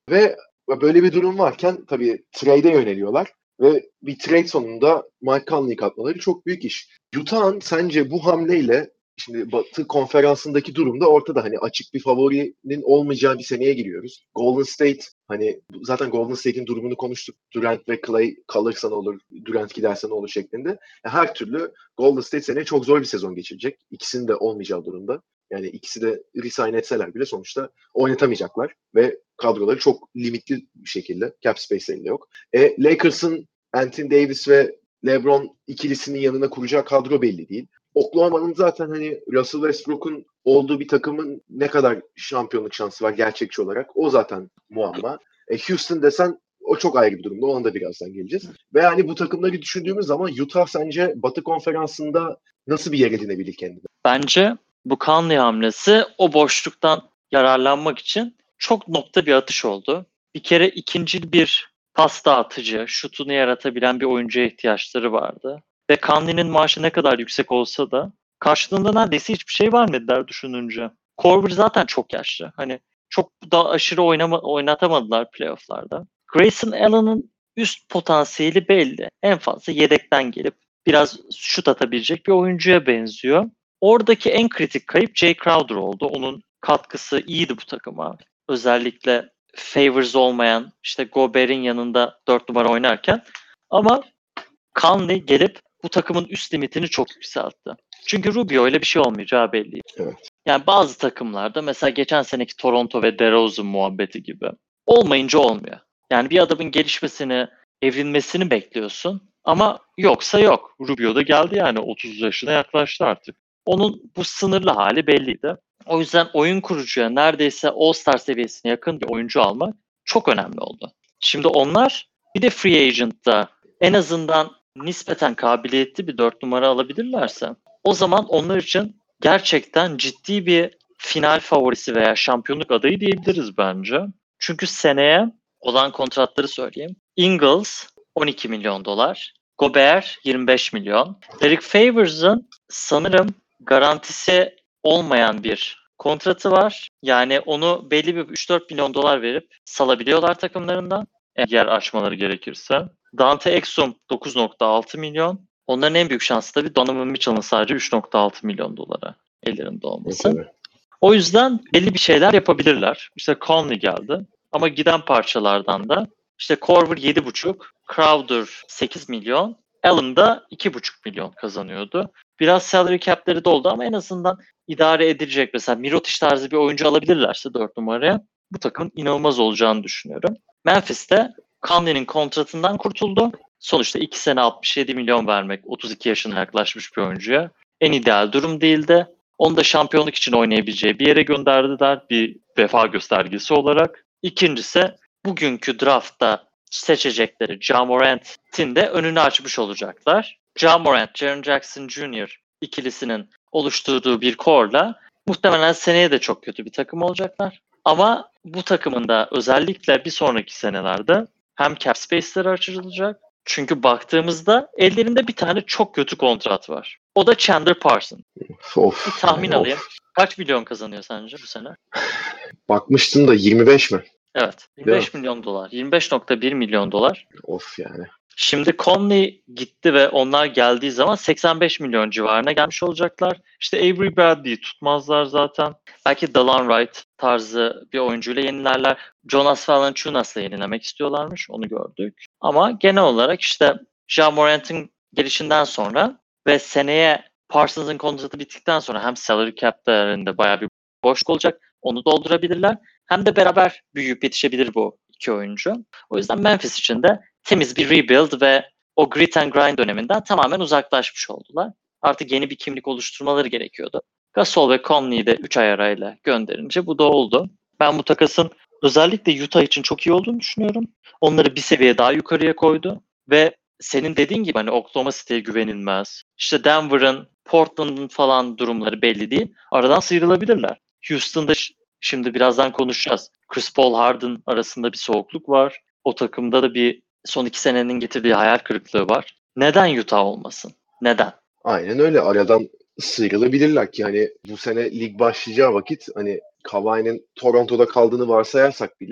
Ve böyle bir durum varken tabii trade'e yöneliyorlar. Ve bir trade sonunda Mike Conley'i katmaları çok büyük iş. Utah'ın sence bu hamleyle şimdi Batı konferansındaki durumda ortada, hani açık bir favorinin olmayacağı bir seneye giriyoruz. Golden State, hani zaten Golden State'in durumunu konuştuk. Durant ve Clay kalırsa ne olur, Durant giderse ne olur şeklinde. Her türlü Golden State seneye çok zor bir sezon geçirecek. İkisinin de olmayacağı durumda. Yani ikisi de resign etseler bile sonuçta oynatamayacaklar ve kadroları çok limitli bir şekilde. Cap space'lerinde yok. Lakers'ın Anthony Davis ve LeBron ikilisinin yanına kuracağı kadro belli değil. Oklahoma'nın zaten hani Russell Westbrook'un olduğu bir takımın ne kadar şampiyonluk şansı var gerçekçi olarak, o zaten muamma. Houston desen o çok ayrı bir durumda. Ona da birazdan geleceğiz. Ve hani bu takımları düşündüğümüz zaman Utah sence Batı konferansında nasıl bir yer edinebilir kendine? Bence bu Conley hamlesi o boşluktan yararlanmak için çok nokta bir atış oldu. Bir kere ikinci bir pas dağıtıcı, şutunu yaratabilen bir oyuncuya ihtiyaçları vardı. Ve Conley'nin maaşı ne kadar yüksek olsa da karşılığında neredeyse hiçbir şey vermediler düşününce. Korver zaten çok yaşlı. Hani çok da aşırı oynatamadılar playoff'larda. Grayson Allen'ın üst potansiyeli belli. En fazla yedekten gelip biraz şut atabilecek bir oyuncuya benziyor. Oradaki en kritik kayıp Jay Crowder oldu. Onun katkısı iyiydi bu takıma. Özellikle Favors olmayan işte Gobert'in yanında 4 numara oynarken. Ama Conley gelip bu takımın üst limitini çok yükseltti. Çünkü Rubio öyle bir şey olmayacağı belli. Evet. Yani bazı takımlarda mesela geçen seneki Toronto ve DeRozan muhabbeti gibi olmayınca olmuyor. Yani bir adamın gelişmesini, evrilmesini bekliyorsun ama yoksa yok. Rubio da geldi yani 30 yaşına yaklaştı artık. Onun bu sınırlı hali belliydi. O yüzden oyun kurucuya neredeyse All-Star seviyesine yakın bir oyuncu almak çok önemli oldu. Şimdi onlar bir de free agent'ta en azından nispeten kabiliyetli bir 4 numara alabilirlerse o zaman onlar için gerçekten ciddi bir final favorisi veya şampiyonluk adayı diyebiliriz bence. Çünkü seneye olan kontratları söyleyeyim. Ingles 12 milyon dolar. Gobert 25 milyon. Derek Favors'ın sanırım garantisi olmayan bir kontratı var. Yani onu belli bir 3-4 milyon dolar verip salabiliyorlar takımlarından eğer açmaları gerekirse. Dante Exum 9.6 milyon. Onların en büyük şansı tabii Donovan Mitchell'ın sadece 3.6 milyon dolara ellerinde olması. Evet. O yüzden belli bir şeyler yapabilirler. İşte Conley geldi ama giden parçalardan da işte Korver 7.5, Crowder 8 milyon, Allen da 2.5 milyon kazanıyordu. Biraz salary cap'leri doldu ama en azından idare edilecek. Mesela Mirotic tarzı bir oyuncu alabilirlerse 4 numaraya bu takımın inanılmaz olacağını düşünüyorum. Memphis'te Conley'nin kontratından kurtuldu. Sonuçta 2 sene 67 milyon vermek 32 yaşına yaklaşmış bir oyuncuya en ideal durum değildi. Onu da şampiyonluk için oynayabileceği bir yere gönderdiler bir vefa göstergesi olarak. İkincisi bugünkü draftta seçecekleri Ja Morant'in de önünü açmış olacaklar. Ja Morant, Jaren Jackson Jr. ikilisinin oluşturduğu bir core'la muhtemelen seneye de çok kötü bir takım olacaklar. Ama bu takımın da özellikle bir sonraki senelerde hem cap space'leri açılacak. Çünkü baktığımızda ellerinde bir tane çok kötü kontrat var. O da Chandler Parsons. Of, Bir tahmin yani alayım. Kaç milyon kazanıyor sence bu sene? Bakmıştım da 25 mi? Evet. 25 milyon dolar. 25.1 milyon dolar. Of yani. Şimdi Conley gitti ve onlar geldiği zaman 85 milyon civarına gelmiş olacaklar. İşte Avery Bradley'i tutmazlar zaten. Belki Delon Wright tarzı bir oyuncuyla yenilerler. Jonas Valanciunas'la yenilemek istiyorlarmış. Onu gördük. Ama genel olarak işte Ja Morant'ın gelişinden sonra ve seneye Parsons'ın kontratı bittikten sonra hem salary cap'lerinde bayağı bir boşluk olacak. Onu doldurabilirler. Hem de beraber büyüyüp yetişebilir bu iki oyuncu. O yüzden Memphis için de temiz bir rebuild ve o grit and grind döneminden tamamen uzaklaşmış oldular. Artık yeni bir kimlik oluşturmaları gerekiyordu. Gasol ve Conley'i de 3 ay arayla gönderince bu da oldu. Ben bu takasın özellikle Utah için çok iyi olduğunu düşünüyorum. Onları bir seviye daha yukarıya koydu ve senin dediğin gibi hani Oklahoma City'ye güvenilmez. İşte Denver'ın, Portland'ın falan durumları belli değil. Aradan sıyrılabilirler. Houston'da şimdi birazdan konuşacağız. Chris Paul, Harden arasında bir soğukluk var. O takımda da bir son 2 senenin getirdiği hayal kırıklığı var. Neden Utah olmasın? Neden? Aynen öyle. Aradan sıyrılabilirler ki hani bu sene lig başlayacağı vakit hani Kawhi'nin Toronto'da kaldığını varsayarsak bile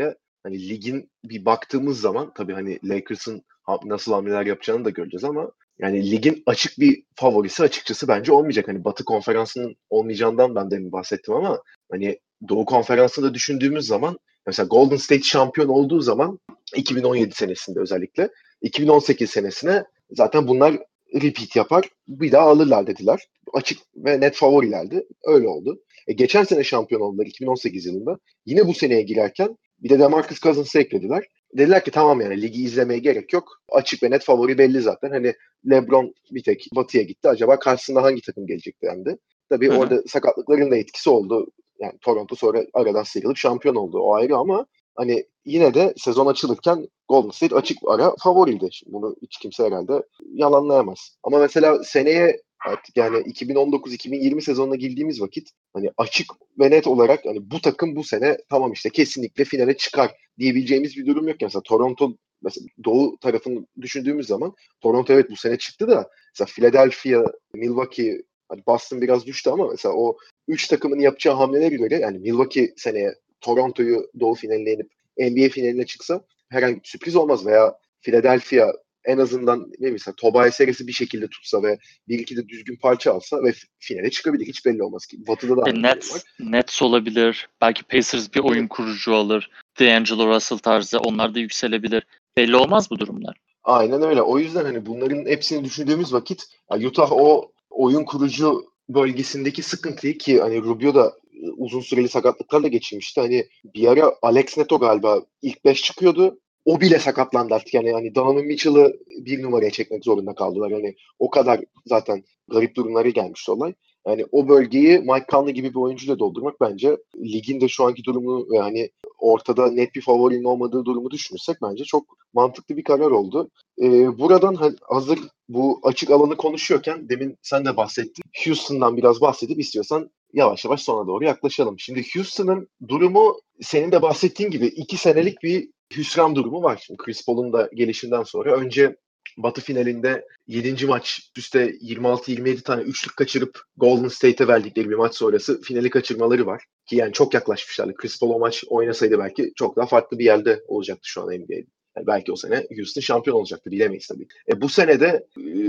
hani ligin bir baktığımız zaman tabii hani Lakers'ın nasıl hamleler yapacağını da göreceğiz ama yani ligin açık bir favorisi açıkçası bence olmayacak. Hani Batı konferansının olmayacağından ben demin bahsettim ama hani Doğu konferansında düşündüğümüz zaman mesela Golden State şampiyon olduğu zaman 2017 senesinde özellikle 2018 senesine zaten bunlar repeat yapar, bir daha alırlar dediler. Açık ve net favorilerdi. Öyle oldu. Geçen sene şampiyon oldular 2018 yılında. Yine bu seneye girerken bir de DeMarcus Cousins'ı eklediler. Dediler ki tamam yani ligi izlemeye gerek yok. Açık ve net favori belli zaten. Hani LeBron bir tek Batı'ya gitti. Acaba karşısında hangi takım gelecek dendi. Tabii orada sakatlıkların da etkisi oldu. Yani Toronto sonra aradan sıyrılıp şampiyon oldu. O ayrı ama hani yine de sezon açılırken Golden State açık ara favoriydi. Şimdi bunu hiç kimse herhalde yalanlayamaz. Ama mesela seneye artık yani 2019-2020 sezonuna girdiğimiz vakit hani açık ve net olarak hani bu takım bu sene tamam işte kesinlikle finale çıkar diyebileceğimiz bir durum yok. Mesela Toronto mesela doğu tarafını düşündüğümüz zaman Toronto evet bu sene çıktı da mesela Philadelphia, Milwaukee, hani Boston biraz düştü ama mesela o 3 takımın yapacağı hamlelere göre yani Milwaukee seneye Toronto'yu doğu finaline yenip NBA finaline çıksa herhangi bir sürpriz olmaz veya Philadelphia en azından ne bileyim mesela Tobias Harris'i bir şekilde tutsa ve bir iki de düzgün parça alsa ve finale çıkabilir. Hiç belli olmaz ki. Batı'da da aynı durum var. Nets olabilir. Belki Pacers bir oyun kurucu alır. D'Angelo Russell tarzı onlar da yükselebilir. Belli olmaz bu durumlar. Aynen öyle. O yüzden hani bunların hepsini düşündüğümüz vakit Utah o oyun kurucu bölgesindeki sıkıntıyı ki hani Rubio da uzun süreli sakatlıklarla geçirmişti. Hani bir ara Alex Neto galiba ilk 5 çıkıyordu. O bile sakatlandı artık. Yani hani Donovan Mitchell'ı bir numaraya çekmek zorunda kaldılar. Hani o kadar zaten garip durumlara gelmişti olay. Yani o bölgeyi Mike Conley gibi bir oyuncuyla doldurmak bence ligin de şu anki durumunu ve hani ortada net bir favorinin olmadığı durumu düşünürsek bence çok mantıklı bir karar oldu. Buradan hazır bu açık alanı konuşuyorken demin sen de bahsettin. Houston'dan biraz bahsedip istiyorsan yavaş yavaş sona doğru yaklaşalım. Şimdi Houston'ın durumu senin de bahsettiğin gibi 2 senelik bir hüsran durumu var. Şimdi Chris Paul'un da gelişinden sonra önce Batı finalinde 7. maç üstte 26-27 tane üçlük kaçırıp Golden State'e verdikleri bir maç sonrası finali kaçırmaları var. Ki yani çok yaklaşmışlardı. Chris Paul o maç oynasaydı belki çok daha farklı bir yerde olacaktı şu an NBA'de. Yani belki o sene Houston şampiyon olacaktı bilemeyiz tabii. Bu sene de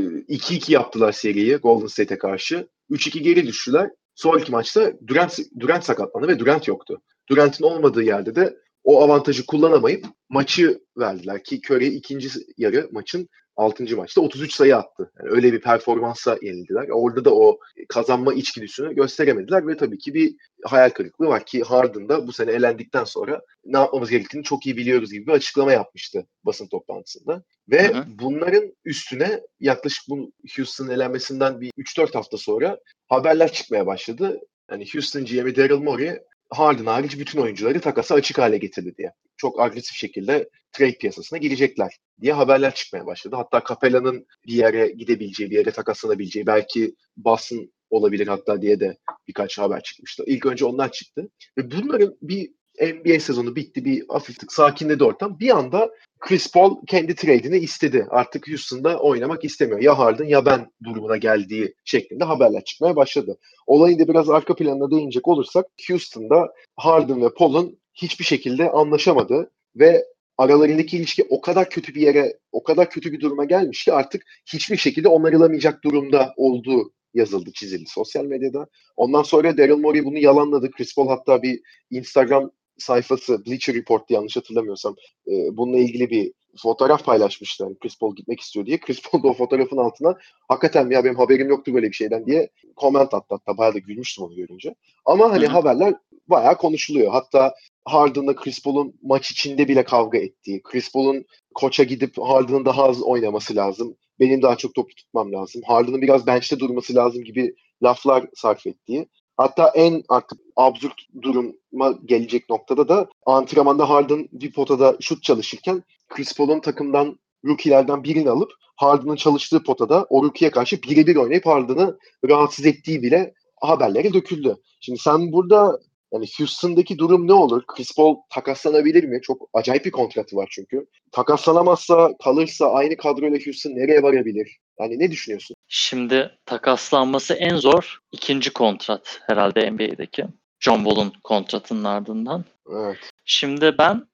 2-2 yaptılar seriyi Golden State'e karşı. 3-2 geri düştüler. Sonraki maçta Durant sakatlandı ve Durant yoktu. Durant'in olmadığı yerde de o avantajı kullanamayıp maçı verdiler ki Curry ikinci yarı maçın 6. maçta 33 sayı attı. Yani öyle bir performansa yenildiler. Orada da o kazanma içgüdüsünü gösteremediler ve tabii ki bir hayal kırıklığı var ki Harden da bu sene elendikten sonra ne yapmamız gerektiğini çok iyi biliyoruz gibi bir açıklama yapmıştı basın toplantısında. Ve bunların üstüne yaklaşık bu Houston elenmesinden bir 3-4 hafta sonra haberler çıkmaya başladı. Yani Houston GM'i Daryl Morey Harden hariç bütün oyuncuları takasa açık hale getirdi diye. Çok agresif şekilde trade piyasasına girecekler diye haberler çıkmaya başladı. Hatta Capella'nın bir yere gidebileceği, bir yere takaslanabileceği, belki Boston olabilir hatta diye de birkaç haber çıkmıştı. İlk önce onlar çıktı. Ve bunların bir NBA sezonu bitti, bir hafif sakinledi ortam. Bir anda Chris Paul kendi trade'ini istedi. Artık Houston'da oynamak istemiyor. Ya Harden ya ben durumuna geldiği şeklinde haberler çıkmaya başladı. Olayın da biraz arka planına değinecek olursak Houston'da Harden ve Paul'un hiçbir şekilde anlaşamadı ve aralarındaki ilişki o kadar kötü bir yere, o kadar kötü bir duruma gelmiş ki artık hiçbir şekilde onarılamayacak durumda olduğu yazıldı, çizildi sosyal medyada. Ondan sonra Daryl Morey bunu yalanladı. Chris Paul hatta bir Instagram sayfası, Bleacher Report'ta yanlış hatırlamıyorsam bununla ilgili bir fotoğraf paylaşmışlar. Yani Chris Paul gitmek istiyor diye. Chris Paul da o fotoğrafın altına hakikaten ya benim haberim yoktu böyle bir şeyden diye comment attı. Hatta bayağı da gülmüştüm onu görünce. Ama hani haberler bayağı konuşuluyor. Hatta Harden'la Chris Paul'un maç içinde bile kavga ettiği, Chris Paul'un koça gidip Harden'ın daha az oynaması lazım, benim daha çok topu tutmam lazım, Harden'ın biraz bench'te durması lazım gibi laflar sarf ettiği. Hatta en artık absürt duruma gelecek noktada da antrenmanda Harden bir potada şut çalışırken Chris Paul'un takımdan rookie'lerden birini alıp Harden'ın çalıştığı potada o rookie'ye karşı birebir oynayıp Harden'ı rahatsız ettiği bile haberlere döküldü. Şimdi sen burada yani Houston'daki durum ne olur? Chris Paul takaslanabilir mi? Çok acayip bir kontratı var çünkü. Takaslanamazsa, kalırsa aynı kadroyla Houston nereye varabilir? Yani ne düşünüyorsun? Şimdi takaslanması en zor ikinci kontrat herhalde NBA'deki. John Wall'un kontratının ardından. Evet. Şimdi ben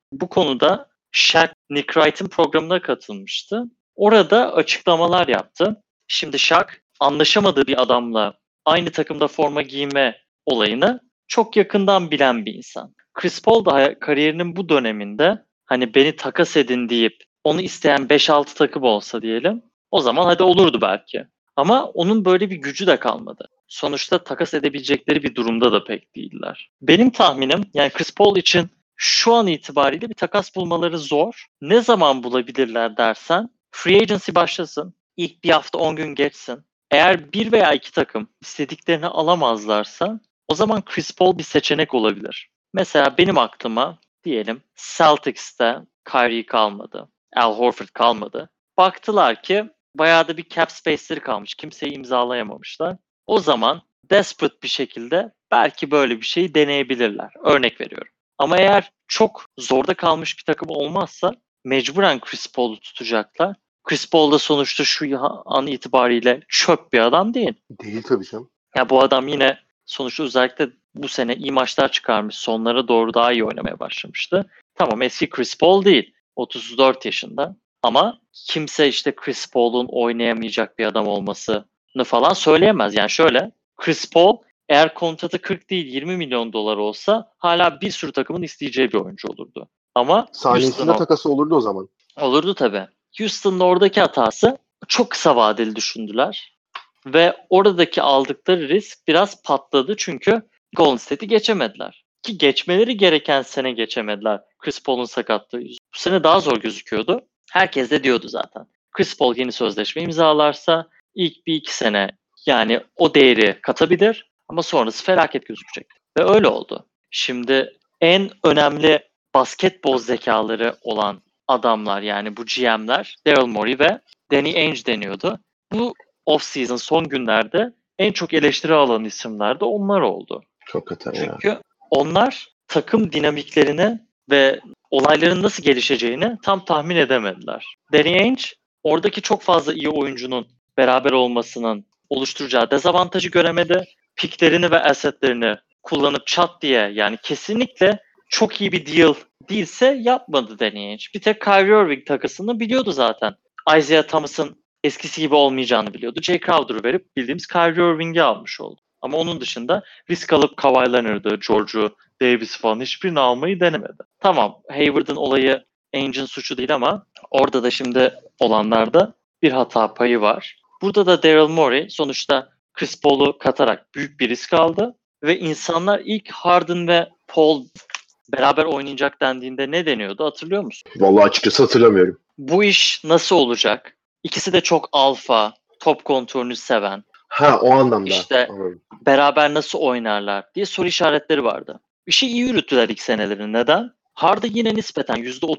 bu konuda Shaq Nick Wright'ın programına katılmıştı. Orada açıklamalar yaptı. Şimdi Shaq anlaşamadığı bir adamla aynı takımda forma giyme olayını çok yakından bilen bir insan. Chris Paul da kariyerinin bu döneminde hani beni takas edin deyip onu isteyen 5-6 takım olsa diyelim, o zaman hadi olurdu belki. Ama onun böyle bir gücü de kalmadı. Sonuçta takas edebilecekleri bir durumda da pek değiller. Benim tahminim yani Chris Paul için şu an itibariyle bir takas bulmaları zor. Ne zaman bulabilirler dersen free agency başlasın. İlk bir hafta 10 gün geçsin. Eğer bir veya iki takım istediklerini alamazlarsa o zaman Chris Paul bir seçenek olabilir. Mesela benim aklıma diyelim Celtics'te Kyrie kalmadı. Al Horford kalmadı. Baktılar ki bayağı da bir cap space'leri kalmış. Kimseyi imzalayamamışlar. O zaman desperate bir şekilde belki böyle bir şeyi deneyebilirler. Örnek veriyorum. Ama eğer çok zorda kalmış bir takım olmazsa mecburen Chris Paul'u tutacaklar. Chris Paul da sonuçta şu an itibariyle çöp bir adam değil. Değil tabii canım. Ya bu adam yine sonuçta özellikle bu sene iyi maçlar çıkarmış. Sonlara doğru daha iyi oynamaya başlamıştı. Tamam eski Chris Paul değil. 34 yaşında. Ama kimse işte Chris Paul'un oynayamayacak bir adam olmasını falan söyleyemez. Yani şöyle Chris Paul eğer kontratı 40 değil 20 milyon dolar olsa hala bir sürü takımın isteyeceği bir oyuncu olurdu. Ama saniyesinde takası olurdu o zaman. Olurdu tabii. Houston'ın oradaki hatası çok kısa vadeli düşündüler. Ve oradaki aldıkları risk biraz patladı çünkü Golden State'i geçemediler. Ki geçmeleri gereken sene geçemediler Chris Paul'un sakatlığı yüzünden. Bu sene daha zor gözüküyordu. Herkes de diyordu zaten. Chris Paul yeni sözleşme imzalarsa ilk bir iki sene yani o değeri katabilir ama sonrası felaket gözükecek. Ve öyle oldu. Şimdi en önemli basketbol zekaları olan adamlar yani bu GM'ler Daryl Morey ve Danny Ainge deniyordu. Bu off-season son günlerde en çok eleştiri alan isimler de onlar oldu. Çok hata ya. Çünkü onlar takım dinamiklerini ve olayların nasıl gelişeceğini tam tahmin edemediler. Danny Ainge oradaki çok fazla iyi oyuncunun beraber olmasının oluşturacağı dezavantajı göremedi. Piklerini ve assetlerini kullanıp çat diye yani kesinlikle çok iyi bir deal değilse yapmadı Danny Ainge. Bir tek Kyrie Irving takısını biliyordu zaten. Isaiah Thomas'ın eskisi gibi olmayacağını biliyordu. Jay Crowder'ı verip bildiğimiz Kyrie Irving'i almış oldu. Ama onun dışında risk alıp Kawhi Leonard'ı, George'u, Davis falan hiçbirini almayı denemedi. Tamam Hayward'ın olayı Ainge'in suçu değil ama orada da şimdi olanlarda bir hata payı var. Burada da Daryl Morey sonuçta Chris Paul'u katarak büyük bir risk aldı. Ve insanlar ilk Harden ve Paul beraber oynayacak dendiğinde ne deniyordu hatırlıyor musun? Vallahi açıkçası hatırlamıyorum. Bu iş nasıl olacak? İkisi de çok alfa, top kontrolünü seven. Ha o anlamda. İşte anladım. Beraber nasıl oynarlar diye soru işaretleri vardı. İşi iyi yürüttüler ilk senelerini. Neden? Harden yine nispeten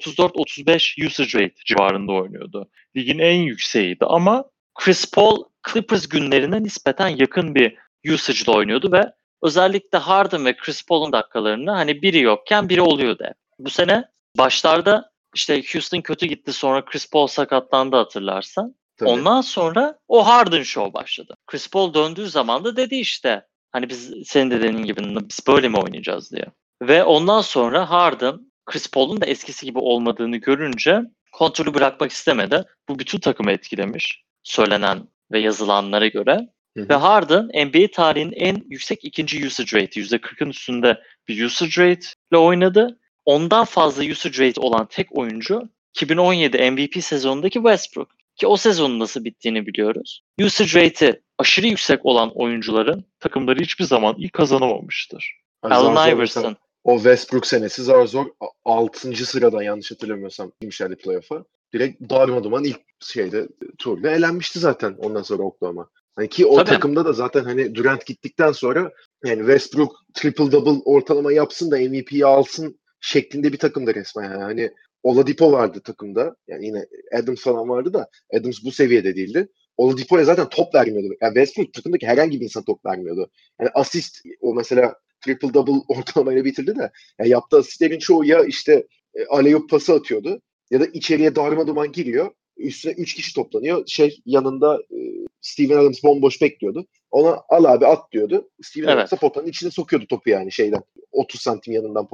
%34-35 usage rate civarında oynuyordu. Ligin en yükseğiydi ama Chris Paul Clippers günlerine nispeten yakın bir usage'da oynuyordu ve özellikle Harden ve Chris Paul'un dakikalarını hani biri yokken biri oluyordu hep. Bu sene başlarda işte Houston kötü gitti sonra Chris Paul sakatlandı hatırlarsan. Tabii. Ondan sonra o Harden show başladı. Chris Paul döndüğü zaman da dedi işte hani biz senin de dediğin gibi biz böyle mi oynayacağız diye. Ve ondan sonra Harden Chris Paul'un da eskisi gibi olmadığını görünce kontrolü bırakmak istemedi. Bu bütün takımı etkilemiş söylenen ve yazılanlara göre. Ve Harden NBA tarihinin en yüksek ikinci usage rate %40'ın üstünde bir usage rate ile oynadı. Ondan fazla usage rate olan tek oyuncu 2017 MVP sezonundaki Westbrook. Ki o sezonun nasıl bittiğini biliyoruz. Usage rate'i aşırı yüksek olan oyuncuların takımları hiçbir zaman iyi kazanamamıştır. Allen Iverson. O Westbrook senesi zar zor 6. sıradan yanlış hatırlamıyorsam girmişlerdi playoff'a. Direkt darmaduman ilk turda elenmişti zaten ondan sonra Oklahoma. Hani ki o takımda da zaten hani Durant gittikten sonra yani Westbrook triple double ortalama yapsın da MVP'yi alsın şeklinde bir takımda resmen yani. Hani Oladipo vardı takımda. Yani yine Adams falan vardı da Adams bu seviyede değildi. Oladipo'ya zaten top vermiyordu. Yani Westbrook takımdaki herhangi bir insan top vermiyordu. Yani asist o mesela triple double ortalamayla bitirdi de yani yaptığı asistlerin çoğu ya işte alley-oop pası atıyordu ya da içeriye darmaduman giriyor. Üstüne 3 kişi toplanıyor. Yanında Steven Adams bomboş bekliyordu. Ona al abi at diyordu. Steven Adams potanın içine sokuyordu topu yani 30 santim yanından potanın.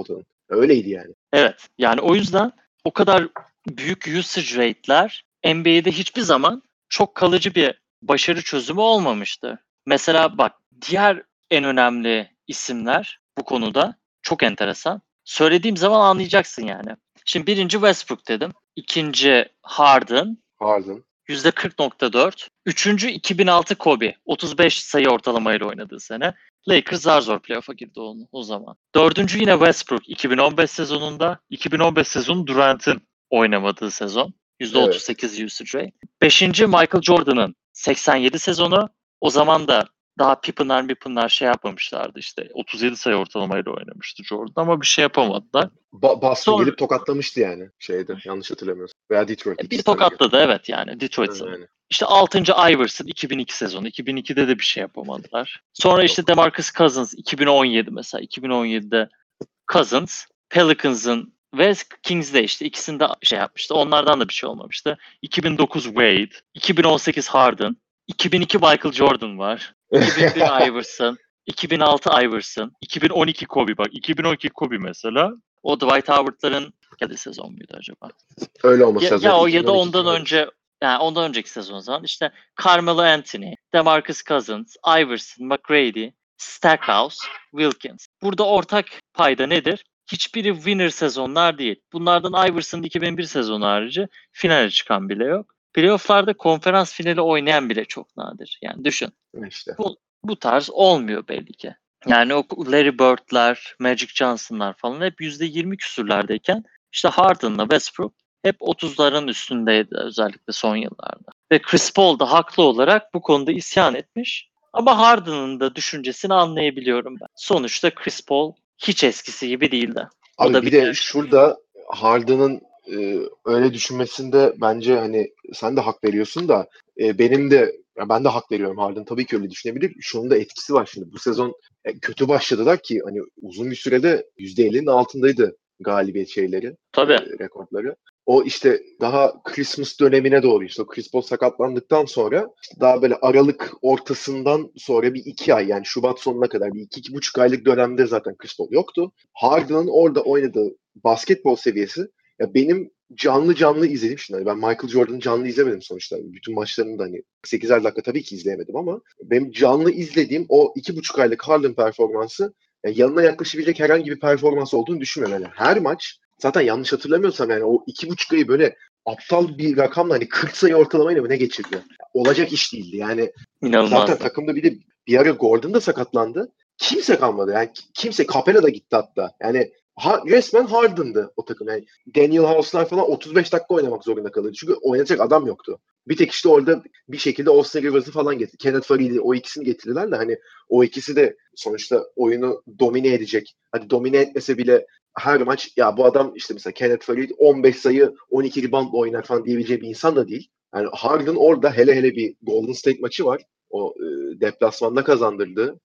Öyleydi yani. Evet. Yani o yüzden o kadar büyük usage rate'ler NBA'de hiçbir zaman çok kalıcı bir başarı çözümü olmamıştı. Mesela bak, diğer en önemli isimler bu konuda çok enteresan. Söylediğim zaman anlayacaksın yani. Şimdi birinci Westbrook dedim. İkinci Harden. Harden. %40.4. Üçüncü 2006 Kobe. 35 sayı ortalamayla oynadığı sene. Lakers zar zor playoff'a girdi o zaman. Dördüncü yine Westbrook 2015 sezonunda. 2015 sezonu Durant'ın oynamadığı sezon. %38 usage rate. Beşinci Michael Jordan'ın 87 sezonu. O zaman da daha Pippen'lar şey yapmamışlardı işte. 37 sayı ortalamayla oynamıştı Jordan ama bir şey yapamadılar. Boston gelip tokatlamıştı yani şeyde, yanlış hatırlamıyorsam. Veya Detroit. Bir tokatladı evet yani Detroit sanırım. Yani. İşte 6. Iverson 2002 sezonu. 2002'de de bir şey yapamadılar. Sonra işte DeMarcus Cousins 2017 mesela. 2017'de Cousins, Pelicans'ın ve Kings'de işte ikisinde şey yapmıştı. Onlardan da bir şey olmamıştı. 2009 Wade, 2018 Harden, 2002 Michael Jordan var. 2001 Iverson, 2006 Iverson, 2012 Kobe bak. 2012 Kobe mesela. O Dwight Howard'ların geldiği sezon muydu acaba? Öyle olması lazım. Ya o ya da ondan önce, yani ondan önceki sezon zaman işte Carmelo Anthony, DeMarcus Cousins, Iverson, McGrady, Stackhouse, Wilkins. Burada ortak payda nedir? Hiçbiri winner sezonlar değil. Bunlardan Iverson'ın 2001 sezonu harici finale çıkan bile yok. Playoff'larda konferans finali oynayan bile çok nadir. Yani düşün. İşte. Bu tarz olmuyor belli ki. Yani o Larry Bird'ler, Magic Johnson'lar falan hep %20 küsürlerdeyken işte Harden'la Westbrook hep 30'ların üstündeydi özellikle son yıllarda. Ve Chris Paul da haklı olarak bu konuda isyan etmiş. Ama Harden'ın da düşüncesini anlayabiliyorum ben. Sonuçta Chris Paul hiç eskisi gibi değildi. Abi da bir de şurada Harden'ın öyle düşünmesinde bence hani sen de hak veriyorsun da benim de ben de hak veriyorum. Harden tabii ki öyle düşünebilir. Şunun da etkisi var şimdi. Bu sezon kötü başladılar ki hani uzun bir sürede %50'nin altındaydı galibiyet şeyleri, rekorları. O işte daha Christmas dönemine doğru işte o Chris Paul sakatlandıktan sonra işte daha böyle Aralık ortasından sonra bir 2 ay yani Şubat sonuna kadar bir 2-2,5 aylık dönemde zaten Chris Paul yoktu. Harden'ın orada oynadığı basketbol seviyesi ya benim canlı izledim şimdi. Ben Michael Jordan'ı canlı izlemedim sonuçta. Bütün maçlarını da hani 8'er dakika tabii ki izleyemedim ama benim canlı izlediğim o 2,5 aylık Harden performansı yani yanına yaklaşabilecek herhangi bir performans olduğunu düşünmüyorum. Yani her maç zaten yanlış hatırlamıyorsam yani o 2,5 ayı böyle aptal bir rakamla hani 40 sayı ortalamayla mı ne geçirdi? Olacak iş değildi. Yani İnanılmaz. Zaten takımda bir ara Gordon da sakatlandı. Kimse kalmadı. Yani kimse Capela da gitti hatta. Yani resmen Harden'dı o takım. Yani Daniel House'lar falan 35 dakika oynamak zorunda kalırdı. Çünkü oynayacak adam yoktu. Bir tek işte orada bir şekilde Austin Rivers'ı falan getirdi. Kenneth Faried'i o ikisini getirdiler de hani o ikisi de sonuçta oyunu domine edecek. Hadi domine etmese bile her maç ya bu adam işte mesela Kenneth Faried 15 sayı 12 reboundla oynar falan diyebileceği bir insan da değil. Yani Harden orada hele bir Golden State maçı var. O deplasmanda kazandırdı.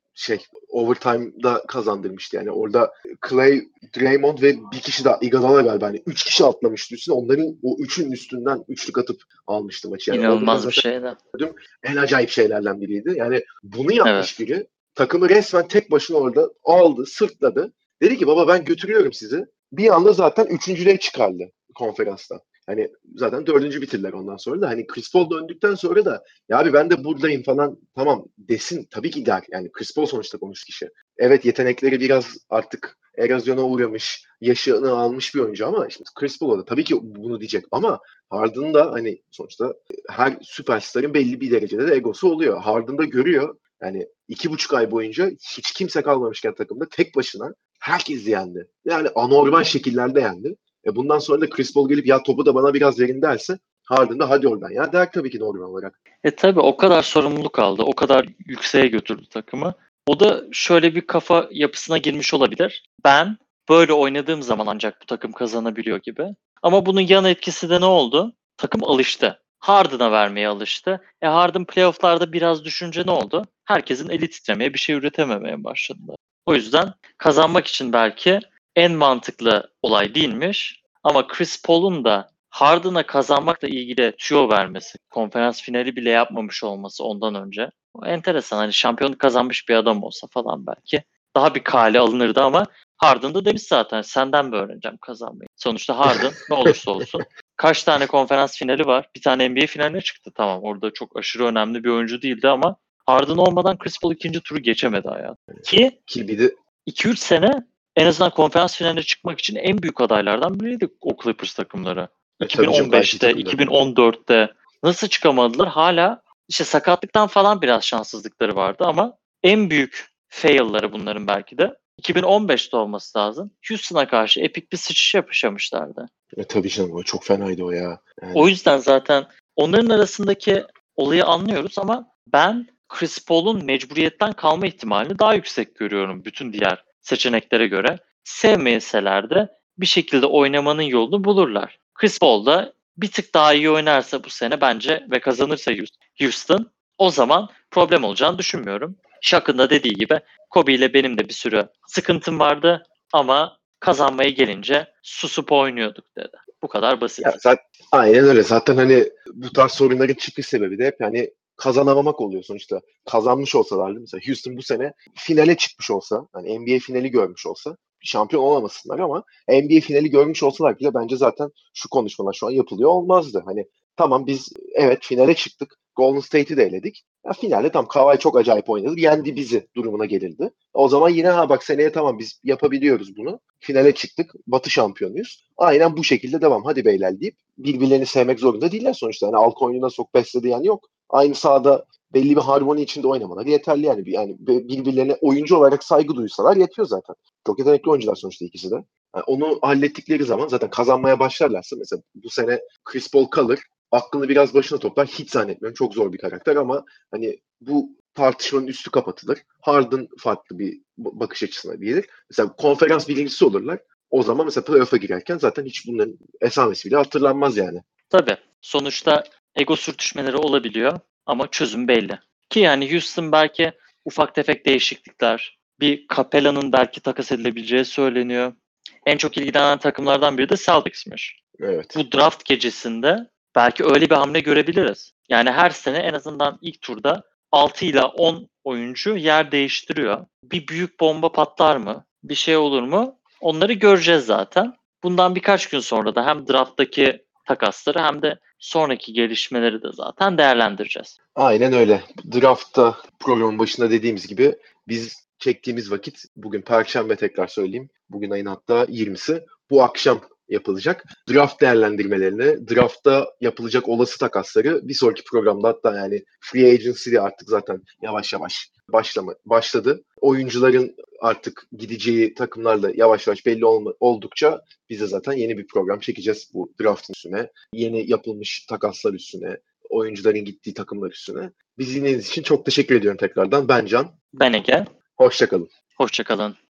Overtime'da kazandırmıştı. Yani orada Clay, Draymond ve bir kişi daha Iguodala galiba. Yani 3 kişi atlamıştı üstüne. Onların o üçün üstünden üçlük atıp almıştı maçı. Yani İnanılmaz bir şeydi. En acayip şeylerden biriydi. Yani bunu yapmış biri takımı resmen tek başına orada aldı, sırtladı. Dedi ki baba ben götürüyorum sizi. Bir anda zaten üçüncülüğe çıkardı konferansta. Hani zaten 4. bitirdiler ondan sonra da. Hani Chris Paul döndükten sonra da ya abi ben de buradayım falan tamam desin tabii ki der. Yani Chris Paul sonuçta konuş kişi. Evet yetenekleri biraz artık erozyona uğramış, yaşını almış bir oyuncu ama işte Chris Paul da tabii ki bunu diyecek ama Harden da hani sonuçta her süperstarın belli bir derecede de egosu oluyor. Harden da görüyor. Yani 2,5 ay boyunca hiç kimse kalmamışken takımda tek başına herkes yendi. Yani anormal şekillerde yendi. Bundan sonra da Chris Paul gelip ya topu da bana biraz verin derse Harden da hadi oradan ya der tabii ki normal olarak. Tabii o kadar sorumluluk aldı. O kadar yükseğe götürdü takımı. O da şöyle bir kafa yapısına girmiş olabilir. Ben böyle oynadığım zaman ancak bu takım kazanabiliyor gibi. Ama bunun yan etkisi de ne oldu? Takım alıştı. Harden'a vermeye alıştı. Harden playoff'larda biraz düşünce ne oldu? Herkesin eli titremeye, bir şey üretememeye başladı. O yüzden kazanmak için belki en mantıklı olay değilmiş. Ama Chris Paul'un da Harden'a kazanmakla ilgili tüyo vermesi, konferans finali bile yapmamış olması ondan önce. O enteresan. Hani şampiyonluk kazanmış bir adam olsa falan belki daha bir kale alınırdı ama Harden da demiş zaten senden mi öğreneceğim kazanmayı. Sonuçta Harden ne olursa olsun. Kaç tane konferans finali var? Bir tane NBA finaline çıktı, tamam. Orada çok aşırı önemli bir oyuncu değildi ama Harden olmadan Chris Paul ikinci turu geçemedi hayatı. Ki bir de 2-3 sene en azından konferans finaline çıkmak için en büyük adaylardan biriydi o Clippers takımları. tabii canım, gayet iyi 2015'te, takımlar. 2014'te nasıl çıkamadılar? Hala işte sakatlıktan falan biraz şanssızlıkları vardı ama en büyük fail'ları bunların belki de 2015'te olması lazım. Houston'a karşı epik bir sıçış yapışamışlardı. Tabii canım, o çok fenaydı o ya. Yani. O yüzden zaten onların arasındaki olayı anlıyoruz ama ben Chris Paul'un mecburiyetten kalma ihtimalini daha yüksek görüyorum bütün diğer seçeneklere göre. Sevmeseler de bir şekilde oynamanın yolunu bulurlar. Chris Paul da bir tık daha iyi oynarsa bu sene bence ve kazanırsa Houston, o zaman problem olacağını düşünmüyorum. Shaq'ın da dediği gibi Kobe ile benim de bir sürü sıkıntım vardı ama kazanmaya gelince susup oynuyorduk dedi. Bu kadar basit. Ya zaten, aynen öyle. Zaten hani bu tarz sorunların çıkış sebebi de hep yani kazanamamak oluyor sonuçta. Kazanmış olsalardı, mesela Houston bu sene finale çıkmış olsa, hani NBA finali görmüş olsa, şampiyon olamasınlar ama NBA finali görmüş olsalar bile bence zaten şu konuşmalar şu an yapılıyor olmazdı. Hani tamam, biz evet finale çıktık. Golden State'i de eledik. Ya finalde tam Kawhi çok acayip oynadı. Yendi bizi durumuna gelildi. O zaman yine bak seneye tamam biz yapabiliyoruz bunu. Finale çıktık. Batı şampiyonuyuz. Aynen bu şekilde devam. Hadi beyler deyip birbirlerini sevmek zorunda değiller sonuçta. Yani al koynuna sok besle diyen yok. Aynı sahada belli bir harmoni içinde oynamaları yeterli yani. Yani birbirlerine oyuncu olarak saygı duysalar yetiyor zaten. Çok yetenekli oyuncular sonuçta ikisi de. Yani onu hallettikleri zaman zaten kazanmaya başlarlarsa, mesela bu sene Chris Paul kalır. Aklını biraz başına toplar. Hiç zannetmiyorum. Çok zor bir karakter ama hani bu tartışmanın üstü kapatılır. Harden farklı bir bakış açısına gelir. Mesela konferans birincisi olurlar. O zaman mesela playoff'a girerken zaten hiç bunların esamesi bile hatırlanmaz yani. Tabii. Sonuçta ego sürtüşmeleri olabiliyor ama çözüm belli. Ki yani Houston belki ufak tefek değişiklikler, bir Capella'nın belki takas edilebileceği söyleniyor. En çok ilgilenen takımlardan biri de Celtics'miş. Evet. Bu draft gecesinde belki öyle bir hamle görebiliriz. Yani her sene en azından ilk turda 6 ila 10 oyuncu yer değiştiriyor. Bir büyük bomba patlar mı? Bir şey olur mu? Onları göreceğiz zaten. Bundan birkaç gün sonra da hem drafttaki takasları hem de sonraki gelişmeleri de zaten değerlendireceğiz. Aynen öyle. Draftta programın başında dediğimiz gibi biz çektiğimiz vakit bugün Perşembe, tekrar söyleyeyim. Bugün ayın hatta 20'si. Bu akşam yapılacak. Draft değerlendirmelerini, draftta yapılacak olası takasları bir sonraki programda, hatta yani free agency de artık zaten yavaş yavaş başladı. Oyuncuların artık gideceği takımlarla yavaş yavaş belli oldukça biz de zaten yeni bir program çekeceğiz bu draftın üstüne. Yeni yapılmış takaslar üstüne, oyuncuların gittiği takımlar üstüne. Bizi dinlediğiniz için çok teşekkür ediyorum tekrardan. Ben Can. Ben Ege. Hoşça kalın. Hoşça kalın.